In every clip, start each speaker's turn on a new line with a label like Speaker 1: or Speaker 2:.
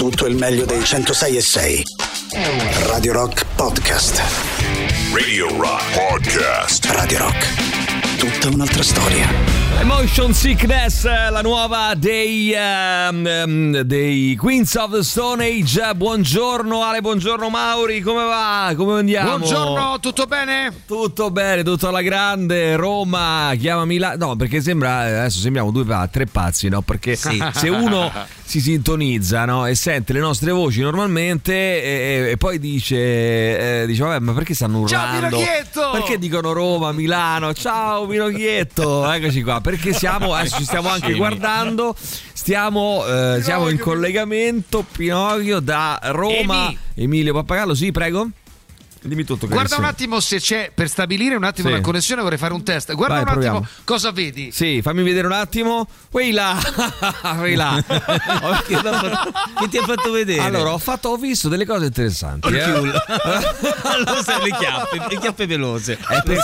Speaker 1: tutto il meglio dei 106.6. Radio Rock Podcast.
Speaker 2: Radio Rock Podcast.
Speaker 1: Radio Rock, tutta un'altra storia.
Speaker 3: Emotion Sickness, la nuova dei Queens of the Stone Age. Buongiorno Ale, buongiorno Mauri, come va? Come andiamo?
Speaker 4: Buongiorno, tutto bene?
Speaker 3: Tutto bene, tutto alla grande. Roma chiama Milano. No, perché sembra, adesso sembriamo tre pazzi, no? Perché sì. Se uno si sintonizza, no? E sente le nostre voci normalmente e poi dice vabbè, ma perché stanno urlando?
Speaker 4: Ciao Pinocchietto!
Speaker 3: Perché dicono Roma, Milano? Ciao Pinocchietto! Eccoci qua. Perché adesso ci stiamo anche guardando, siamo in collegamento, Pinocchio, da Roma. Emilio Pappagallo, sì, prego. Dimmi tutto.
Speaker 4: Guarda un attimo se c'è, per stabilire un attimo la connessione vorrei fare un test. Guarda un attimo cosa vedi.
Speaker 3: Sì, fammi vedere un attimo. Qui là. Che
Speaker 5: ti ha fatto vedere?
Speaker 3: Allora, ho visto delle cose interessanti.
Speaker 5: Allora le chiappe velose.
Speaker 3: È per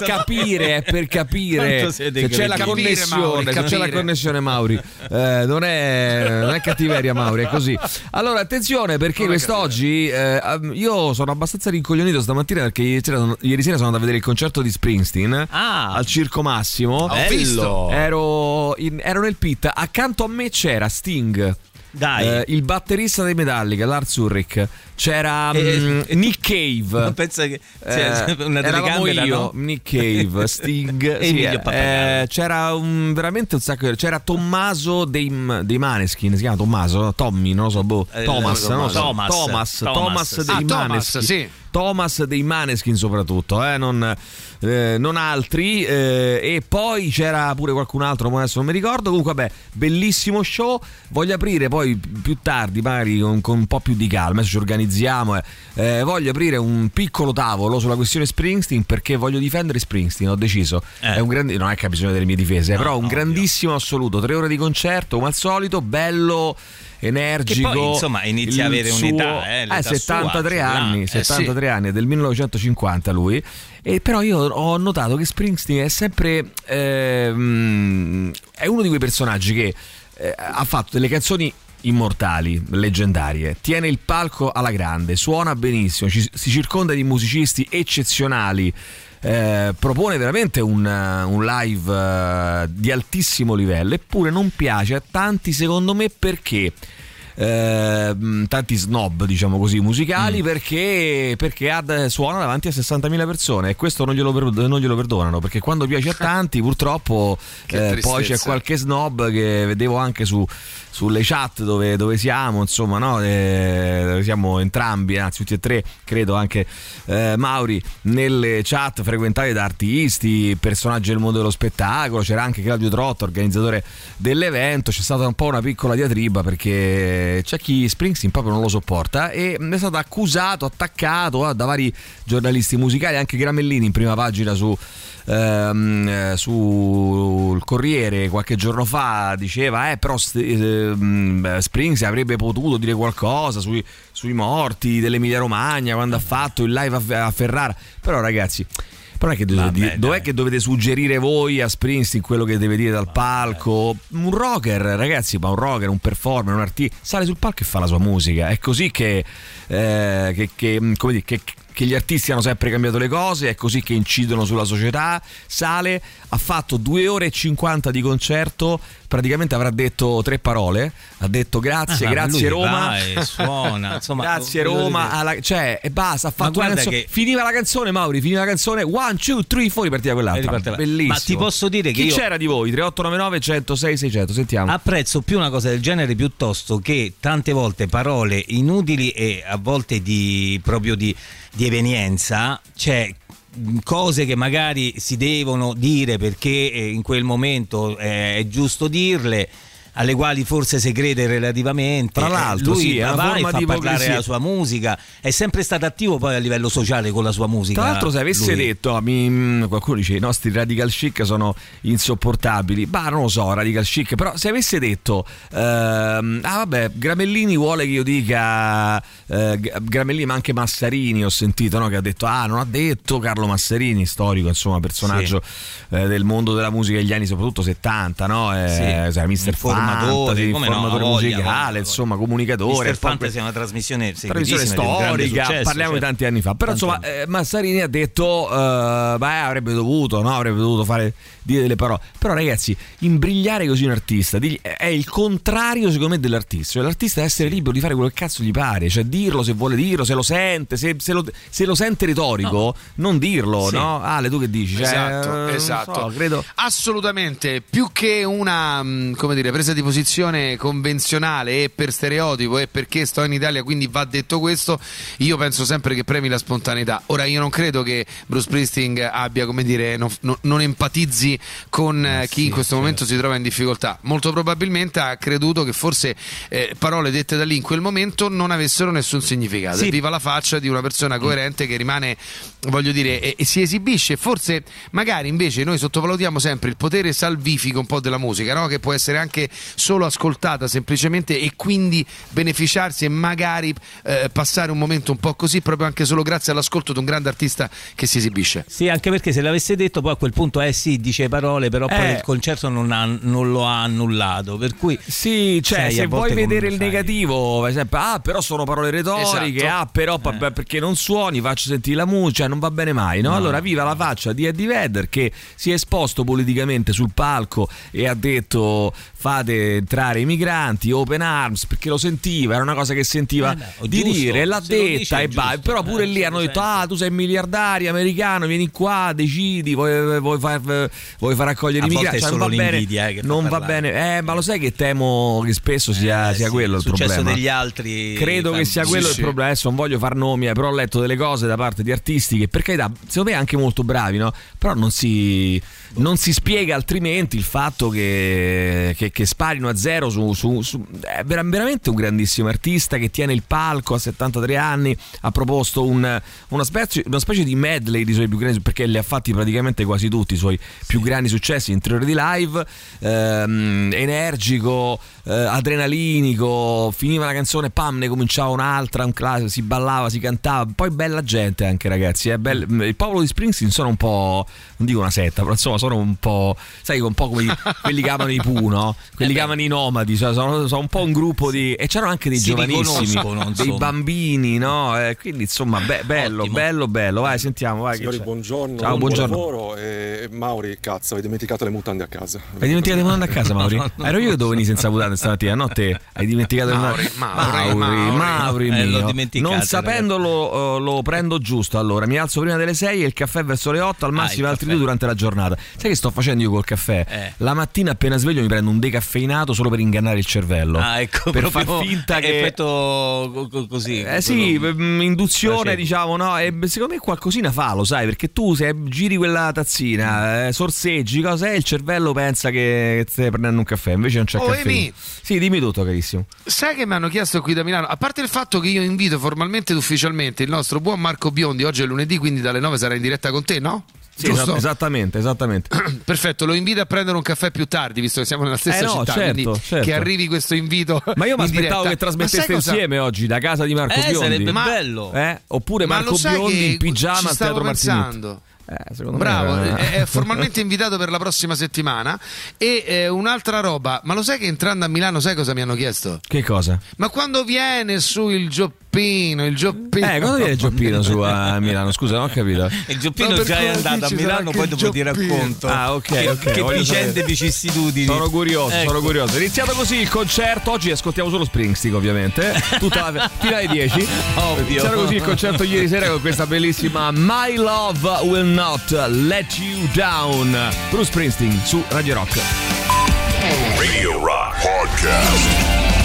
Speaker 3: capire se c'è la connessione, c'è la connessione, Mauri. Non è cattiveria, Mauri, è così. Allora, attenzione, perché quest'oggi io sono abbastanza rincoglionito stamattina perché ieri sera sono andato a vedere il concerto di Springsteen al Circo Massimo.
Speaker 4: Ho visto.
Speaker 3: Ero nel pit, accanto a me c'era Sting.
Speaker 5: Dai.
Speaker 3: Il batterista dei Metallica, Lars Ulrich, c'era Nick Cave.
Speaker 5: Non pensa che una
Speaker 3: eravamo io,
Speaker 5: no?
Speaker 3: Nick Cave, Sting
Speaker 5: e
Speaker 3: c'era veramente un sacco. C'era Tommaso dei Maneskin, si chiama Tommaso? Tommy, non lo so, Thomas dei Maneskin.
Speaker 4: Sì.
Speaker 3: Thomas dei Maneskin soprattutto, non altri, e poi c'era pure qualcun altro, ma adesso non mi ricordo. Comunque vabbè, bellissimo show. Voglio aprire poi più tardi, magari con un po' più di calma, adesso ci organizziamo, voglio aprire un piccolo tavolo sulla questione Springsteen, perché voglio difendere Springsteen, ho deciso. È un non è che ha bisogno delle mie difese, però un grandissimo assoluto, 3 ore di concerto come al solito, bello, energico,
Speaker 5: che poi insomma inizia a avere un'età, l'età
Speaker 3: 73
Speaker 5: sua,
Speaker 3: anni, 73 anni, è del 1950 lui. E però io ho notato che Springsteen è sempre è uno di quei personaggi che ha fatto delle canzoni immortali, leggendarie, tiene il palco alla grande, suona benissimo, si circonda di musicisti eccezionali, propone veramente un live di altissimo livello, eppure non piace a tanti, secondo me, perché tanti snob, diciamo così, musicali, perché suona davanti a 60.000 persone, e questo non glielo perdonano, perché quando piace a tanti purtroppo poi c'è qualche snob che vedevo anche sulle chat dove siamo, insomma, no? Siamo entrambi, anzi tutti e tre, credo anche Mauri, nelle chat frequentate da artisti, personaggi del mondo dello spettacolo. C'era anche Claudio Trotta, organizzatore dell'evento. C'è stata un po' una piccola diatriba, perché c'è chi Springsteen proprio non lo sopporta e è stato attaccato da vari giornalisti musicali, anche Gramellini in prima pagina sul Corriere qualche giorno fa diceva però Springsteen avrebbe potuto dire qualcosa sui morti dell'Emilia Romagna quando ha fatto il live a Ferrara. Però ragazzi, però è che dov'è che dovete suggerire voi a Springsteen quello che deve dire dal palco? Un rocker, ragazzi, ma un rocker, un performer, un artista sale sul palco e fa la sua musica. È così che gli artisti hanno sempre cambiato le cose, è così che incidono sulla società. Sale, ha fatto 2 ore e 50 di concerto, praticamente avrà detto 3 parole, ha detto grazie Roma,
Speaker 5: suona, insomma,
Speaker 3: grazie Roma, e basta, ha fatto una canzone, finiva la canzone, Mauri, 1, 2, 3, 4, partiva quell'altra, bellissimo.
Speaker 5: Ma ti posso dire che
Speaker 3: chi c'era di voi? 3899 106 600, sentiamo.
Speaker 5: Apprezzo più una cosa del genere piuttosto che tante volte parole inutili e a volte di evenienza, cioè cose che magari si devono dire perché in quel momento è giusto dirle, alle quali forse si crede relativamente.
Speaker 3: Tra l'altro
Speaker 5: lui
Speaker 3: è una forma
Speaker 5: fa
Speaker 3: di
Speaker 5: parlare la sua musica, è sempre stato attivo poi a livello sociale con la sua musica.
Speaker 3: Tra l'altro, se avesse detto qualcuno dice i nostri radical chic sono insopportabili, non lo so, radical chic, però se avesse detto Gramellini vuole che io dica Gramellini, ma anche Massarini ho sentito, no? Che ha detto non ha detto Carlo Massarini, storico, insomma, personaggio del mondo della musica degli anni soprattutto 70, no? Mister Funk, informatore musicale, insomma, comunicatore.
Speaker 5: Mr. Fantasy è una trasmissione
Speaker 3: storica, parliamo di tanti anni fa. Però insomma, Massarini ha detto avrebbe dovuto dire delle parole. Però ragazzi, imbrigliare così un artista è il contrario secondo me dell'artista. Cioè l'artista deve essere libero di fare quello che cazzo gli pare, cioè dirlo se vuole dirlo, se lo sente, se lo sente retorico, non dirlo, no? Ale, tu che dici? Cioè,
Speaker 4: esatto.
Speaker 3: So, credo
Speaker 4: assolutamente, più che una presa di posizione convenzionale e per stereotipo e perché sto in Italia quindi va detto questo, io penso sempre che premi la spontaneità. Ora io non credo che Bruce Springsteen abbia, non empatizzi con chi in questo momento si trova in difficoltà. Molto probabilmente ha creduto che forse parole dette da lì in quel momento non avessero nessun significato. E viva la faccia di una persona coerente che rimane, voglio dire, e si esibisce. Forse magari invece noi sottovalutiamo sempre il potere salvifico un po' della musica, no? Che può essere anche solo ascoltata semplicemente e quindi beneficiarsi e magari passare un momento un po' così proprio anche solo grazie all'ascolto di un grande artista che si esibisce.
Speaker 5: Sì, anche perché se l'avesse detto poi a quel punto dice parole, però poi il concerto non lo ha annullato, per cui
Speaker 3: sì, cioè se vuoi vedere il negativo, per esempio, però sono parole retoriche,
Speaker 4: esatto.
Speaker 3: Però perché non suoni, faccio sentire la musica, cioè non va bene mai, no? Allora viva la faccia di Eddie Vedder che si è esposto politicamente sul palco e ha detto fate entrare i migranti, open arms, perché lo sentiva, era una cosa che sentiva di
Speaker 5: giusto,
Speaker 3: dire, l'ha detta e
Speaker 5: giusto,
Speaker 3: però pure lì hanno detto tu sei miliardario americano, vieni qua, decidi, vuoi far accogliere i migranti, cioè, non va bene, non va bene, ma lo sai che temo che spesso sia quello il problema.
Speaker 5: Il successo degli altri,
Speaker 3: credo che sia quello il problema. Adesso non voglio far nomi, però ho letto delle cose da parte di artisti che per carità secondo me anche molto bravi, no? Però non si spiega altrimenti il fatto che sparino a zero su è veramente un grandissimo artista che tiene il palco a 73 anni. Ha proposto una specie di medley di suoi più grandi, perché li ha fatti praticamente quasi tutti i suoi più grandi successi in trilogi di live, energico, adrenalinico, finiva la canzone, pam, ne cominciava un'altra, si ballava, si cantava, poi bella gente anche, ragazzi, il popolo di Springsteen sono un po', non dico una setta, però insomma sono un po', sai, un po' come quelli che amano i Pooh, no? Quelli che amano i nomadi, cioè sono un po' un gruppo di, e c'erano anche dei giovanissimi, dei bambini, no? Quindi insomma bello, vai, sentiamo, vai.
Speaker 6: Signori, buongiorno.
Speaker 3: Ciao, buongiorno.
Speaker 6: Lavoro, Mauri, cazzo, hai dimenticato le mutande a casa.
Speaker 3: Hai dimenticato le mutande a casa, Mauri? Ero io che dovevo venire senza mutande stamattina, no te? Hai dimenticato Mauri mio. Non sapendolo lo prendo giusto. Allora mi alzo prima delle 6 e il caffè verso le 8, al massimo altri 2 durante la giornata. Sai che sto facendo io col caffè? La mattina appena sveglio mi prendo un decaffeinato solo per ingannare il cervello,
Speaker 5: ecco,
Speaker 3: per far finta che
Speaker 5: effetto così.
Speaker 3: Induzione, diciamo, no? E secondo me qualcosina fa, lo sai, perché tu se giri quella tazzina, sorseggi, cosa è, il cervello pensa che stai prendendo un caffè, invece non c'è caffè. Sì, dimmi tutto, carissimo.
Speaker 4: Sai che mi hanno chiesto qui da Milano, a parte il fatto che io invito formalmente ed ufficialmente il nostro buon Marco Biondi, oggi è lunedì, quindi dalle 9 sarà in diretta con te, no?
Speaker 3: Sì, esattamente.
Speaker 4: Perfetto, lo invito a prendere un caffè più tardi, visto che siamo nella stessa città,
Speaker 3: certo.
Speaker 4: Che arrivi questo invito.
Speaker 3: Ma io mi aspettavo che trasmetteste insieme oggi da casa di Marco Biondi.
Speaker 5: Sarebbe bello.
Speaker 3: Oppure Marco Biondi in pigiama al Teatro Martinetti.
Speaker 4: Bravo, è formalmente invitato per la prossima settimana. E un'altra roba, ma lo sai che entrando a Milano sai cosa mi hanno chiesto?
Speaker 3: Che cosa?
Speaker 4: Ma quando viene su il Gioppino?
Speaker 3: Quando viene il Gioppino su a Milano? Scusa, non ho capito.
Speaker 5: Il Gioppino già è andato a Milano, poi dopo ti racconto.
Speaker 3: Ok.
Speaker 5: Che vicende, vicissitudini.
Speaker 3: Sono curioso. È iniziato così il concerto. Oggi ascoltiamo solo Springsteen, ovviamente. Fino alle 10.
Speaker 5: Ovvio.
Speaker 3: Iniziato così il concerto ieri sera con questa bellissima My Love Will Not Let You Down. Bruce Springsteen su Radio Rock.
Speaker 2: Radio Rock Podcast.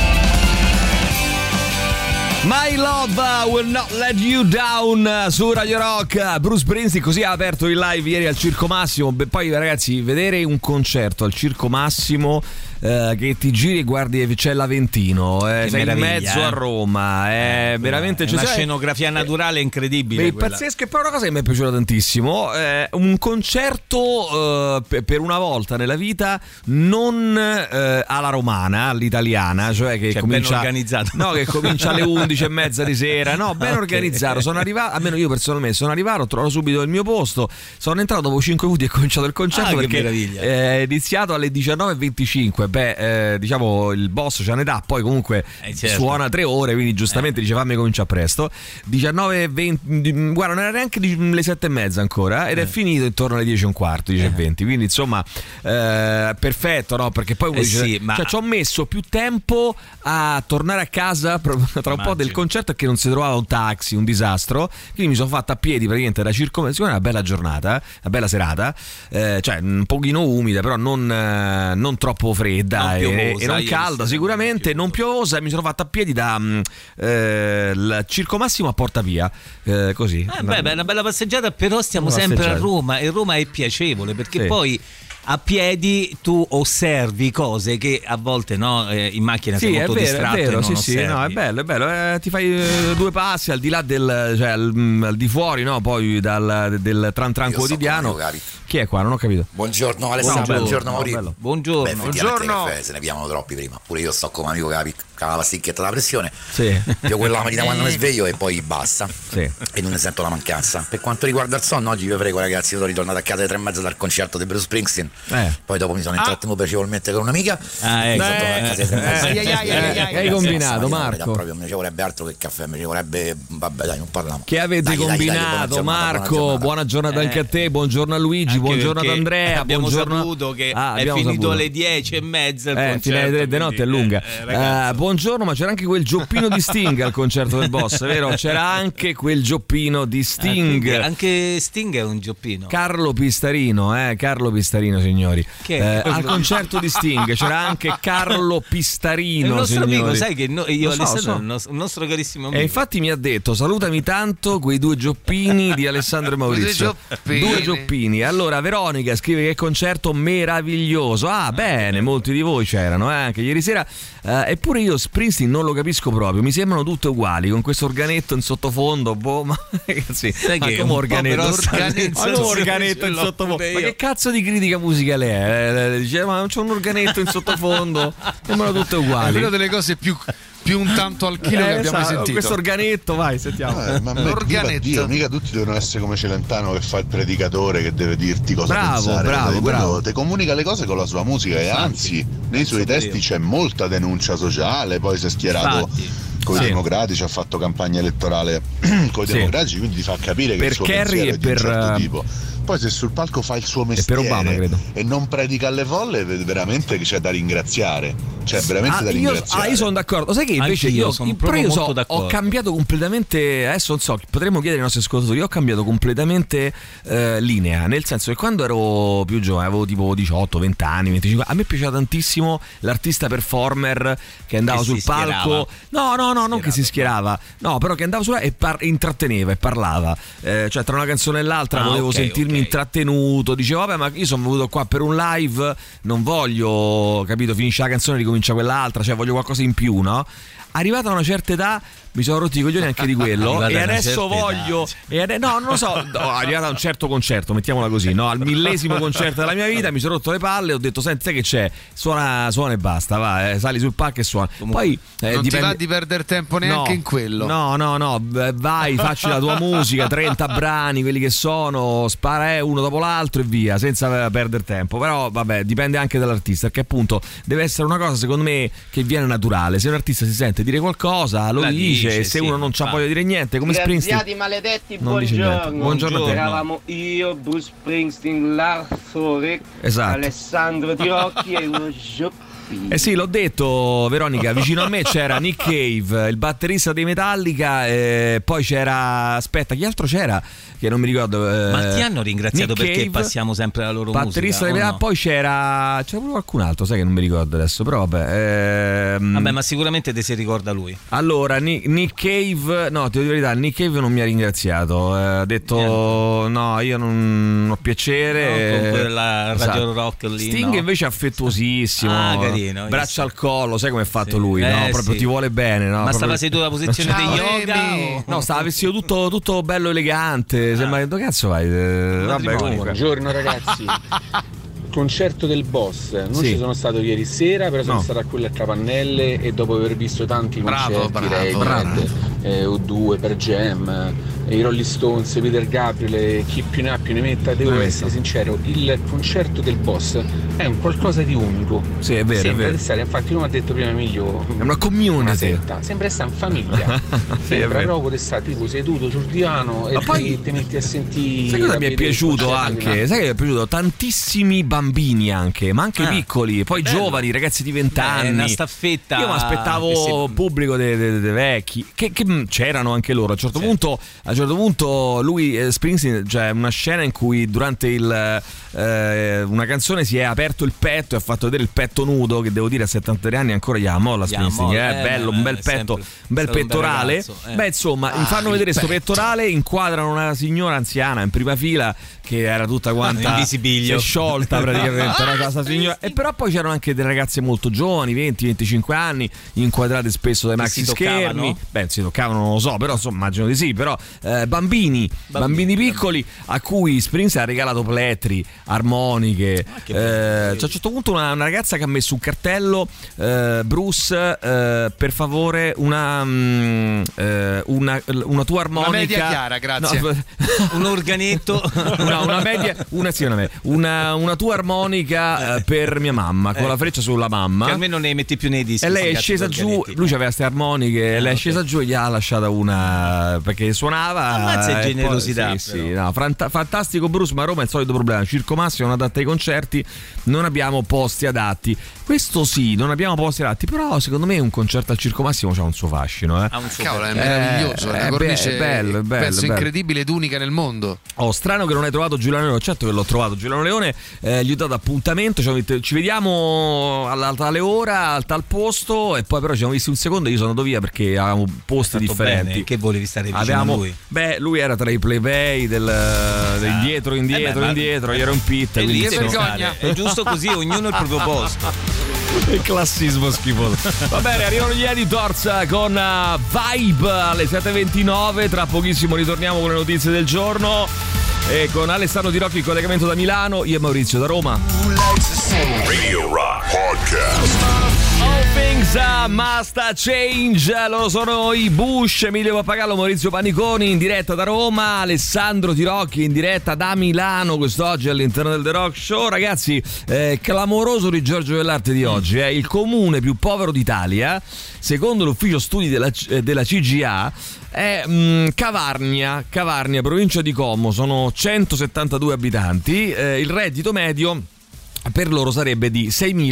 Speaker 3: My Love Will Not Let You Down su Radio Rock. Bruce Springsteen così ha aperto il live ieri al Circo Massimo. Poi ragazzi, vedere un concerto al Circo Massimo che ti giri e guardi c'è l'Aventino, sei in mezzo a Roma, è veramente
Speaker 5: una scenografia naturale incredibile.
Speaker 3: Pazzesco. E poi una cosa che mi è piaciuta tantissimo, un concerto per una volta nella vita non alla romana, all'italiana, cioè che comincia
Speaker 5: ben organizzato.
Speaker 3: No, che comincia alle 11:30 di sera, no, ben organizzato. Sono arrivato, almeno io personalmente sono arrivato, ho trovato subito il mio posto, sono entrato dopo 5 minuti e ho cominciato il concerto perché è iniziato alle 19:25. diciamo il boss ce ne dà, poi comunque
Speaker 5: certo.
Speaker 3: suona 3 ore, quindi giustamente dice fammi cominciare presto. 19:20, guarda, non era neanche le 7:30 ancora, ed è finito intorno alle 10:15, 10:20, quindi insomma perfetto, no? Perché poi dice,
Speaker 5: sì, ma...
Speaker 3: cioè, ci ho messo più tempo a tornare a casa tra un po' del concerto, che non si trovava un taxi, un disastro, quindi mi sono fatto a piedi praticamente da circa una bella giornata, una bella serata, cioè un pochino umida, però non troppo fredda, e non calda sicuramente, non piovosa, e mi sono fatto a piedi da il Circo Massimo a Porta Pia, così.
Speaker 5: È una bella passeggiata, però stiamo sempre a Roma, e Roma è piacevole perché poi a piedi tu osservi cose che a volte in macchina sei molto distratto,
Speaker 3: è vero,
Speaker 5: e non
Speaker 3: sì, no, è bello, ti fai 2 passi al di là al di fuori, no? Poi del tran quotidiano. Chi è qua? Non ho capito.
Speaker 7: Buongiorno Alessandro, buongiorno Maurizio.
Speaker 5: Buongiorno.
Speaker 4: Buongiorno.
Speaker 7: Se ne piavano troppi prima. Pure io sto come amico che ha la pasticchetta della pressione.
Speaker 3: Sì.
Speaker 7: Io quella mattina quando mi sveglio e poi basta.
Speaker 3: Sì.
Speaker 7: E non ne sento la mancanza. Per quanto riguarda il sonno, oggi vi prego ragazzi, io sono ritornato a casa alle 3:30 dal concerto di Bruce Springsteen. Poi dopo mi sono intrattenuto piacevolmente con un'amica.
Speaker 3: Hai combinato, Marco?
Speaker 7: Proprio mi ci vorrebbe altro che caffè, mi ci vorrebbe, vabbè dai, non parliamo.
Speaker 3: Che avete combinato, Marco? Buona giornata anche a te, buongiorno a Luigi, buongiorno ad Andrea.
Speaker 5: Abbiamo
Speaker 3: buongiorno...
Speaker 5: saputo che è finito alle 10:30
Speaker 3: fino alle 3 di notte è lunga. Buongiorno, ma c'era anche quel gioppino di Sting al concerto del boss, vero? C'era anche quel gioppino di Sting.
Speaker 5: Anche Sting è un gioppino.
Speaker 3: Carlo Pistarino, signori. Al concerto di Sting c'era anche Carlo Pistarino.
Speaker 5: Il nostro
Speaker 3: signori.
Speaker 5: amico, sai che io Alessandro, un nostro carissimo amico.
Speaker 3: E infatti mi ha detto salutami tanto quei 2 gioppini di Alessandro e Maurizio. 2 gioppini. Allora Veronica scrive che concerto meraviglioso. Bene, molti di voi c'erano anche ieri sera. Eppure io Springsteen non lo capisco proprio, mi sembrano tutte uguali, con questo organetto in sottofondo. Ma ragazzi,
Speaker 5: come
Speaker 3: organetto in sottofondo? Ma che cazzo di critica musicale è? Dice, ma c'è un organetto in sottofondo, sembrano tutte uguali.
Speaker 4: È una delle cose più un tanto al chilo che abbiamo mai sentito.
Speaker 3: Questo organetto, vai, sentiamo.
Speaker 8: Ma l'organetto, mica tutti devono essere come Celentano che fa il predicatore, che deve dirti cosa pensare. Bravo. Te comunica le cose con la sua musica, e anzi nei suoi testi c'è molta denuncia sociale. Poi si è schierato con i democratici, ha fatto campagna elettorale con i democratici, quindi ti fa capire che il suo pensiero è di un certo tipo. Poi se sul palco fa il suo mestiere
Speaker 3: per Obama, credo,
Speaker 8: e non predica alle folle, veramente che c'è da ringraziare. C'è veramente da ringraziare.
Speaker 3: Io sono d'accordo. Sai che invece ho cambiato completamente. Adesso non so, potremmo chiedere ai nostri ascoltatori. Io ho cambiato completamente linea. Nel senso che quando ero più giovane, avevo tipo 18, 20 anni, 25, a me piaceva tantissimo l'artista performer che andava sul palco. Non che si schierava, no, però che andava e intratteneva e parlava. Cioè, tra una canzone e l'altra volevo sentirmi intrattenuto. Dicevo, vabbè, ma io sono venuto qua per un live, non voglio, capito, finisce la canzone, ricomincia quell'altra, cioè voglio qualcosa in più, no? Arrivata a una certa età mi sono rotti i coglioni anche di quello e adesso voglio no, non lo so, arrivata a un certo concerto, mettiamola così, no, al 1000° concerto della mia vita mi sono rotto le palle e ho detto senti, sai che c'è, suona e basta, va, sali sul palco e suona. Poi
Speaker 4: non
Speaker 3: dipende...
Speaker 4: ti va di perdere tempo neanche in quello.
Speaker 3: No, vai, facci la tua musica, 30 brani, quelli che sono, spara uno dopo l'altro e via, senza perdere tempo. Però vabbè, dipende anche dall'artista, perché appunto deve essere una cosa, secondo me, che viene naturale. Se un artista si sente dire qualcosa, lo dice, e se uno non c'ha voglia di dire niente, come Springsteen,
Speaker 9: Graziati maledetti,
Speaker 3: buongiorno a te.
Speaker 9: Eravamo io, Bruce Springsteen, l'attore, Alessandro Tirocchi e uno gioppino.
Speaker 3: Sì, l'ho detto, Veronica, vicino a me c'era Nick Cave, il batterista dei Metallica, poi c'era, aspetta, chi altro c'era? Che non mi ricordo.
Speaker 5: Ma ti hanno ringraziato
Speaker 3: Nick
Speaker 5: perché
Speaker 3: Cave,
Speaker 5: passiamo sempre la loro
Speaker 3: batterista
Speaker 5: musica?
Speaker 3: Dei Metallica, poi c'era pure qualcun altro, sai che non mi ricordo adesso, però vabbè.
Speaker 5: Vabbè, ma sicuramente te si ricorda lui.
Speaker 3: Allora, Nick Cave, no, ti dico la verità, Nick Cave non mi ha ringraziato, ha detto no, io non ho piacere.
Speaker 5: Con quella Radio Rock lì.
Speaker 3: Sting invece è affettuosissimo.
Speaker 5: Carino,
Speaker 3: braccia al collo, sai come è fatto lui, no? Proprio ti vuole bene, no?
Speaker 5: Ma
Speaker 3: proprio...
Speaker 5: stava seduto alla posizione di yoga?
Speaker 3: No, stava vestito tutto bello elegante. Sembra che dove cazzo vai? Vabbè, comunque.
Speaker 10: Buongiorno ragazzi. Concerto del boss, non ci sono stato ieri sera, però sono stato a quello a Capannelle e dopo aver visto tanti concerti, Radiohead, U2, per Jam, i Rolling Stones, Peter Gabriel, chi più ne ha più ne metta. Devo essere sincero, il concerto del Boss è un qualcosa di unico.
Speaker 3: Sì, è vero,
Speaker 10: sembra
Speaker 3: è vero.
Speaker 10: Stare, infatti come ha detto prima Emilio,
Speaker 3: è una community,
Speaker 10: sembra stare in famiglia. Sembra proprio di stare tipo seduto sul divano e poi ti metti a sentire.
Speaker 3: Sai cosa mi è piaciuto anche? Sai che mi è piaciuto? Tantissimi bambini anche, ma anche piccoli, poi giovani, ragazzi di 20 anni.
Speaker 5: Una staffetta.
Speaker 3: Io mi aspettavo pubblico dei vecchi che c'erano anche loro. A un certo punto lui, Springsteen, c'è una scena in cui durante una canzone si è aperto il petto e ha fatto vedere il petto nudo, che devo dire a 73 anni ancora gli molla Springsteen, bello, un bel petto, un bel pettorale. Beh, insomma, mi fanno vedere sto pettorale, inquadrano una signora anziana in prima fila che era tutta quanta si è sciolta praticamente questa signora. E però poi c'erano anche delle ragazze molto giovani, 20-25 anni, inquadrate spesso dai maxi schermi. Beh, si toccavano, non lo so, però insomma, immagino di sì. Però bambini piccoli a cui Springsteen ha regalato plettri, armoniche. C'è a un certo punto una ragazza che ha messo un cartello: Bruce, per favore una tua armonica,
Speaker 4: una media chiara, grazie.
Speaker 3: No,
Speaker 5: un organetto.
Speaker 3: una tua armonica per mia mamma, con la freccia sulla mamma,
Speaker 5: che almeno ne metti più nei dischi.
Speaker 3: E lei è scesa giù, lui aveva queste armoniche, lei è scesa giù e gli ha lasciata una perché suonava.
Speaker 5: Ammazza generosità.
Speaker 3: Fantastico Bruce, ma a Roma è il solito problema: Circo Massimo non adatta ai concerti, non abbiamo posti adatti. Questo sì, non abbiamo posti adatti, però secondo me un concerto al Circo Massimo c'ha un suo fascino.
Speaker 4: Cavolo, è meraviglioso, è una cornice
Speaker 3: bello,
Speaker 4: penso incredibile ed unica nel mondo.
Speaker 3: Strano che non hai trovato Giuliano Leone. Certo che l'ho trovato Giuliano Leone, gli ho dato appuntamento, ci vediamo a tale ora, al tal posto, e poi però ci siamo visti un secondo e io sono andato via perché avevamo posti differenti.
Speaker 5: Bene. Che volevi stare vicino a lui?
Speaker 3: Beh, lui era tra i play del indietro, io ero in pit,
Speaker 5: e lì è giusto così, ognuno il proprio posto.
Speaker 3: Il classismo schifoso. Va bene, arrivano gli Editors con Vibe alle 7:29. Tra pochissimo ritorniamo con le notizie del giorno e con Alessandro Di Rocchi in collegamento da Milano. Io e Maurizio da Roma.
Speaker 2: Radio Rock Podcast.
Speaker 3: All things must change. Loro sono i Bush, Emilio Pappagallo, Maurizio Paniconi in diretta da Roma, Alessandro Tirocchi in diretta da Milano quest'oggi all'interno del The Rock Show. Ragazzi, clamoroso di Giorgio dell'Arte di oggi. Il comune più povero d'Italia, secondo l'ufficio studi della CGA, è Cavarnia, provincia di Como. Sono 172 abitanti. Il reddito medio per loro sarebbe di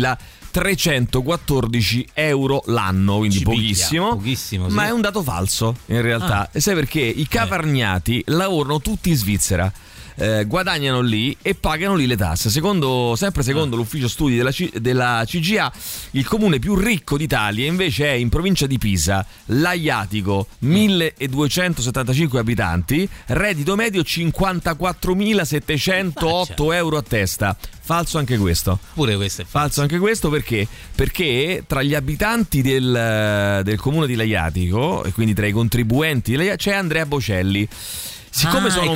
Speaker 3: 6.314 euro l'anno, quindi pochissimo, sì. Ma è un dato falso in realtà. E sai perché? I cavarniati lavorano tutti in Svizzera, guadagnano lì e pagano lì le tasse. Sempre secondo l'ufficio studi della CGA, il comune più ricco d'Italia invece è in provincia di Pisa, l'Aiatico, 1.275 abitanti, reddito medio 54.708 euro a testa. Falso anche questo.
Speaker 5: Pure questo è
Speaker 3: falso anche questo perché tra gli abitanti del comune di Laiatico, e quindi tra i contribuenti c'è Andrea Bocelli. Siccome sono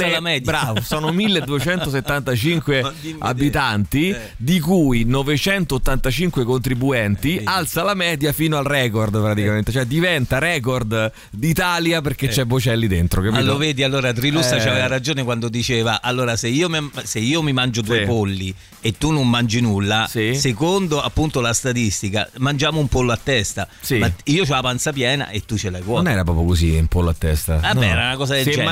Speaker 3: 1275 abitanti, di cui 985 contribuenti, alza la media fino al record praticamente, cioè diventa record d'Italia perché c'è Bocelli dentro, capito?
Speaker 5: Lo vedi, allora Trilussa aveva ragione quando diceva: allora se io mi mangio due polli e tu non mangi nulla, secondo appunto la statistica mangiamo un pollo a testa, ma io ho la panza piena e tu ce l'hai vuota.
Speaker 3: Non era proprio così un pollo a testa.
Speaker 5: Vabbè, era una cosa del genere.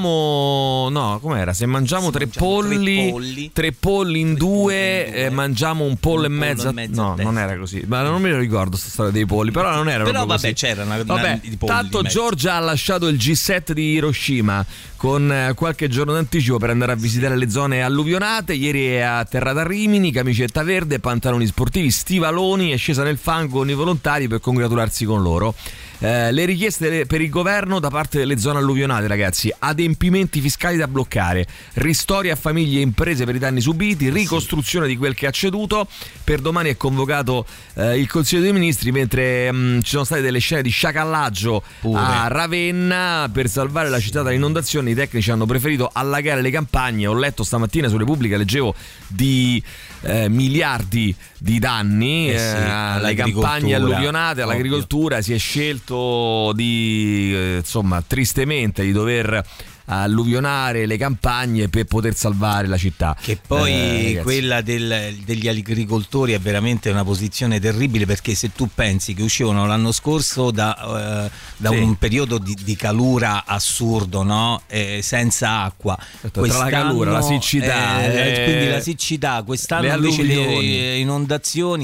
Speaker 3: Se mangiamo tre polli in due, mangiamo un pollo e mezzo. No, non era così. Ma non me lo ricordo sta storia dei polli, però non era proprio così.
Speaker 5: C'era una di polli.
Speaker 3: Tanto Giorgia ha lasciato il G7 di Hiroshima con qualche giorno d'anticipo per andare a visitare le zone alluvionate. Ieri è atterrata a Rimini, camicetta verde, pantaloni sportivi, stivaloni, è scesa nel fango con i volontari per congratularsi con loro. Le richieste per il governo da parte delle zone alluvionate, ragazzi: adempimenti fiscali da bloccare, ristori a famiglie e imprese per i danni subiti, ricostruzione di quel che ha ceduto. Per domani è convocato il Consiglio dei Ministri, mentre ci sono state delle scene di sciacallaggio a Ravenna per salvare la città dalle inondazioni. I tecnici hanno preferito allagare le campagne. Ho letto stamattina sulle pubbliche, leggevo di miliardi di danni alle campagne alluvionate, all'agricoltura. Si è scelto fatto di insomma tristemente di dover alluvionare le campagne per poter salvare la città.
Speaker 5: Che poi quella degli agricoltori è veramente una posizione terribile, perché se tu pensi che uscivano l'anno scorso da un periodo di calura assurdo, no? Senza acqua,
Speaker 3: tra la calura, la siccità,
Speaker 5: quindi la siccità, quest'anno invece le inondazioni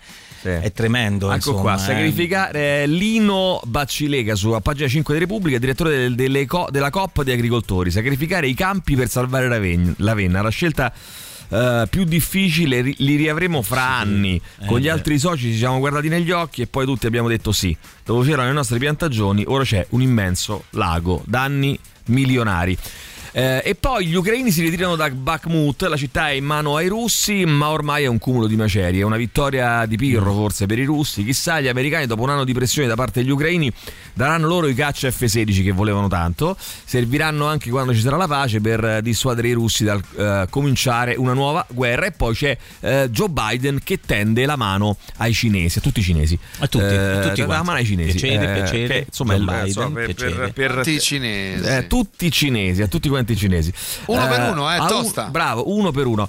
Speaker 5: è tremendo.
Speaker 3: Ecco
Speaker 5: insomma,
Speaker 3: qua, sacrificare Lino Baccilega a pagina 5 di Repubblica, direttore della COP di agricoltori. Sacrificare i campi per salvare l'Avenna, la scelta più difficile, li riavremo fra anni. Con gli altri soci ci siamo guardati negli occhi e poi tutti abbiamo detto sì. Dopo c'erano le nostre piantagioni, ora c'è un immenso lago, danni milionari. E poi gli ucraini si ritirano da Bakhmut, la città è in mano ai russi, ma ormai è un cumulo di macerie. È una vittoria di Pirro forse per i russi, chissà. Gli americani, dopo un anno di pressione da parte degli ucraini, daranno loro i caccia F-16 che volevano tanto. Serviranno anche quando ci sarà la pace per dissuadere i russi dal cominciare una nuova guerra. E poi c'è Joe Biden che tende la mano ai cinesi, a tutti i cinesi,
Speaker 5: a tutti
Speaker 3: la mano ai cinesi,
Speaker 5: piacere,
Speaker 3: che, insomma, per
Speaker 4: tutti i cinesi,
Speaker 3: tutti i cinesi, a tutti quanti i cinesi,
Speaker 4: uno per uno, tosta.
Speaker 3: Bravo, uno per uno.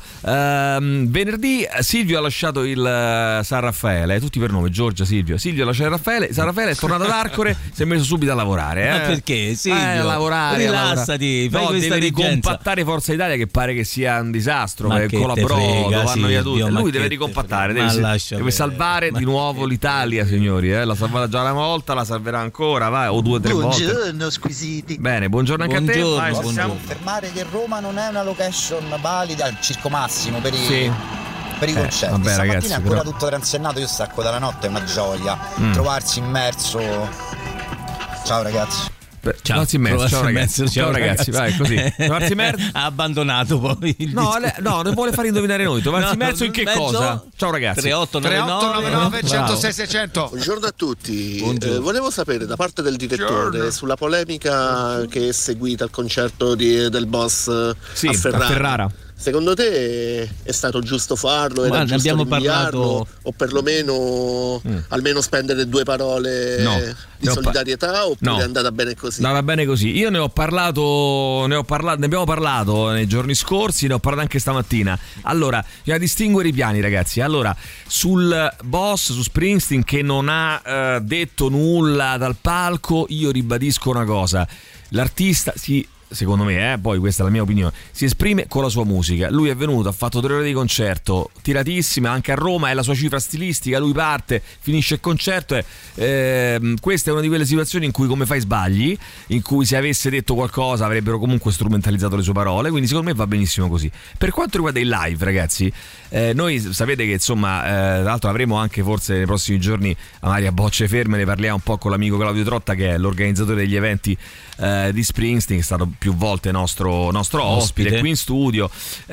Speaker 3: Venerdì Silvio ha lasciato il San Raffaele, tutti per nome, Giorgia, Silvio ha lasciato Raffaele. San Raffaele è tornato ad Arcore, si è messo subito a lavorare.
Speaker 5: Ma perché? Silvio,
Speaker 3: a lavorare,
Speaker 5: rilassati, fai questa
Speaker 3: deve
Speaker 5: dirigenza.
Speaker 3: Ricompattare Forza Italia, che pare che sia un disastro,
Speaker 5: ma
Speaker 3: con la Brodo vanno via tutti. Lui deve ricompattare, deve salvare di nuovo l'Italia, signori. L'ha salvata già una volta, la salverà ancora, vai, o 2 o 3 volte.
Speaker 11: Buongiorno squisiti.
Speaker 3: Bene, buongiorno anche a te. Vai,
Speaker 11: possiamo confermare che Roma non è una location valida al Circo Massimo per i concerti.
Speaker 3: Vabbè,
Speaker 11: stamattina
Speaker 3: ragazzi,
Speaker 11: è ancora
Speaker 3: però
Speaker 11: tutto transennato, io stacco dalla notte, è una gioia trovarsi immerso. Ciao ragazzi.
Speaker 3: Ciao ragazzi, ciao ragazzi, vai così. Trovarsi immerso.
Speaker 5: Ha abbandonato poi il
Speaker 3: non vuole fare indovinare noi. Trovarsi immerso in che cosa? Ciao ragazzi.
Speaker 4: 3899 106 600.
Speaker 12: Buongiorno a tutti. Volevo sapere da parte del direttore sulla polemica che è seguita al concerto del Boss a Ferrara. Secondo te è stato giusto farlo? Era giusto
Speaker 5: abbiamo
Speaker 12: parlato, o perlomeno almeno spendere 2 parole di solidarietà, oppure è andata bene così?
Speaker 3: No, va bene così. Io ne abbiamo parlato nei giorni scorsi, ne ho parlato anche stamattina. Allora, bisogna distinguere i piani, ragazzi. Allora, sul Boss, su Springsteen, che non ha detto nulla dal palco, io ribadisco una cosa: l'artista secondo me, poi questa è la mia opinione, si esprime con la sua musica. Lui è venuto, ha fatto 3 ore di concerto tiratissime, anche a Roma è la sua cifra stilistica, lui parte, finisce il concerto questa è una di quelle situazioni in cui, come fai, sbagli, in cui se avesse detto qualcosa avrebbero comunque strumentalizzato le sue parole, quindi secondo me va benissimo così. Per quanto riguarda il live, ragazzi, noi sapete che insomma tra l'altro avremo anche forse nei prossimi giorni a bocce ferme, ne parliamo un po' con l'amico Claudio Trotta, che è l'organizzatore degli eventi di Springsteen, è stato più volte nostro ospite qui in studio.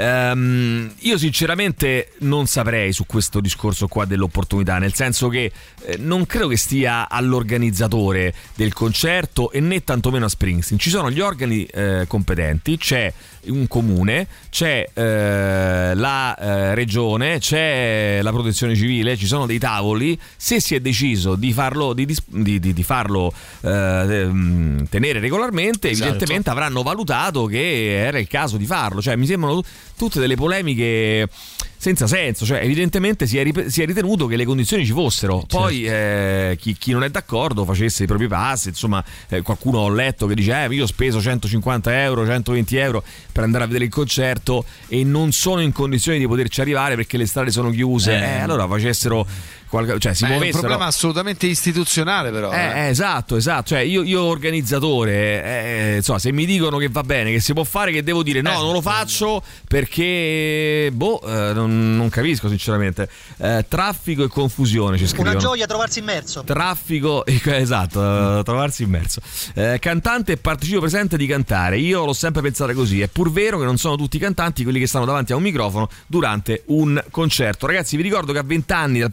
Speaker 3: Io sinceramente non saprei su questo discorso qua dell'opportunità, nel senso che non credo che stia all'organizzatore del concerto e né tantomeno a Springsteen. Ci sono gli organi competenti, c'è un comune, c'è la regione, c'è la protezione civile, ci sono dei tavoli. Se si è deciso di farlo tenere regolarmente, evidentemente avranno valutato che era il caso di farlo. Cioè, mi sembrano tutte delle polemiche senza senso. Cioè, evidentemente si è ritenuto che le condizioni ci fossero. Poi chi non è d'accordo facesse i propri passi. Insomma, qualcuno ho letto che dice io ho speso 150 euro, 120 euro per andare a vedere il concerto e non sono in condizioni di poterci arrivare perché le strade sono chiuse. Allora facessero cioè si muovessero. È un problema
Speaker 4: assolutamente istituzionale, però.
Speaker 3: Esatto. Cioè io organizzatore, se mi dicono che va bene, che si può fare, che devo dire no, non lo faccio perché non capisco sinceramente. Traffico e confusione ci scrivono.
Speaker 11: Una gioia trovarsi immerso.
Speaker 3: Traffico, esatto, trovarsi immerso. Cantante e partecipo presente di cantare. Io l'ho sempre pensata così. È pur vero che non sono tutti cantanti quelli che stanno davanti a un microfono durante un concerto. Ragazzi, vi ricordo che a 20 anni dal primo lancio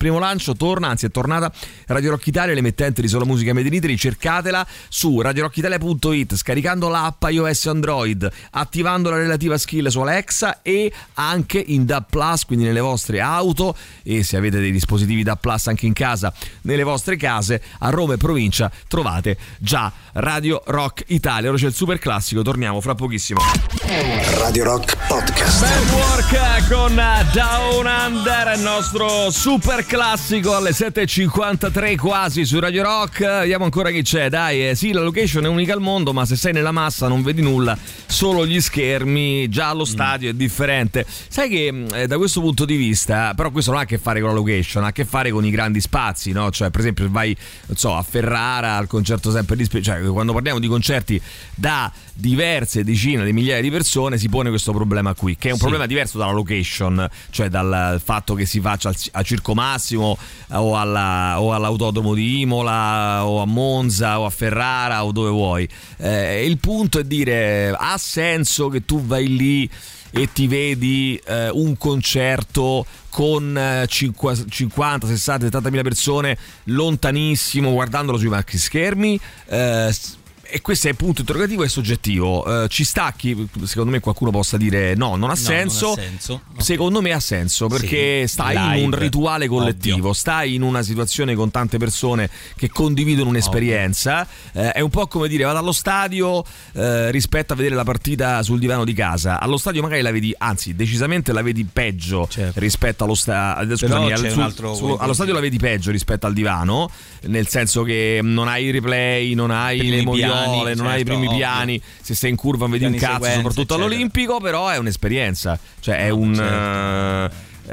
Speaker 3: torna, anzi è tornata Radio Rock Italia, l'emittente di solo musica made in Italy. Cercatela su radiorockitalia.it, scaricando l'app iOS e Android, attivando la relativa skill su Alexa e anche in DAB+, quindi nelle vostre auto, e se avete dei dispositivi DAB+, anche in casa, nelle vostre case, a Roma e provincia trovate già Radio Rock Italia. Ora c'è il super classico, torniamo fra pochissimo.
Speaker 1: Radio Rock Podcast.
Speaker 3: Bad Work con Down Under, il nostro super classico alle 7.53 quasi su Radio Rock. Vediamo ancora chi c'è, dai. Sì, la location è unica al mondo, ma se sei nella massa non vedi nulla, solo gli schermi. Già allo stadio è differente. Sai che da questo punto di vista, però questo non ha a che fare con la location, ha a che fare con i grandi spazi, no? Cioè, per esempio, vai, non so, a Ferrara al concerto sempre di cioè, quando parliamo di concerti da diverse decine di migliaia di persone, si pone questo problema qui, che è un problema diverso dalla location, cioè dal fatto che si faccia a Circo Massimo o all'autodromo di Imola o a Monza o a Ferrara o dove vuoi. Il punto è dire, ha senso che tu vai lì e ti vedi un concerto con 50, 60, 70 mila persone lontanissimo guardandolo sui macri schermi? E questo è il punto interrogativo, è soggettivo. Ci sta chi, secondo me, qualcuno possa dire no, non ha senso.
Speaker 5: Non ha senso.
Speaker 3: Secondo me ha senso, perché stai in un rituale collettivo, ovvio. Stai in una situazione con tante persone che condividono un'esperienza. È un po' come dire, vado allo stadio rispetto a vedere la partita sul divano di casa. Allo stadio magari la vedi, anzi decisamente la vedi peggio rispetto allo stadio. Scusami, allo stadio la vedi peggio rispetto al divano, nel senso che non hai i replay, non hai le emozioni, non hai i primi piani, se sei in curva non vedi un cazzo, soprattutto all'Olimpico, però è un'esperienza, cioè è una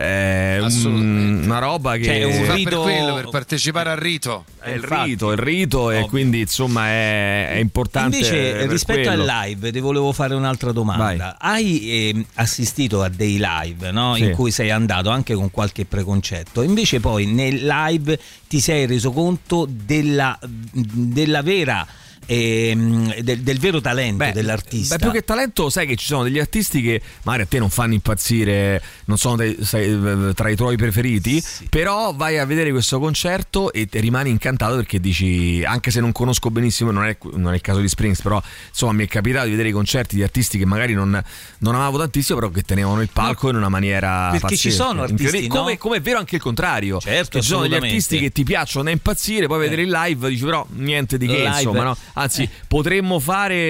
Speaker 3: roba che
Speaker 4: è un rito, per quello, per partecipare al rito.
Speaker 3: È il rito e quindi insomma è importante.
Speaker 5: Invece rispetto al live ti volevo fare un'altra domanda. Hai assistito a dei live, no? In cui sei andato anche con qualche preconcetto, invece poi nel live ti sei reso conto della vera del vero talento dell'artista?
Speaker 3: Più che talento, sai che ci sono degli artisti che magari a te non fanno impazzire, non sono tra i tuoi preferiti, però vai a vedere questo concerto e rimani incantato, perché dici, anche se non conosco benissimo, non è il caso di Springs, però insomma mi è capitato di vedere i concerti di artisti che magari non amavo tantissimo, però che tenevano il palco in una maniera
Speaker 5: perché
Speaker 3: pazzesca.
Speaker 5: Ci sono artisti,
Speaker 3: come è vero anche il contrario,
Speaker 5: certo,
Speaker 3: ci sono degli artisti che ti piacciono da impazzire, poi vedere il live dici però niente di che, insomma, no? Anzi, potremmo fare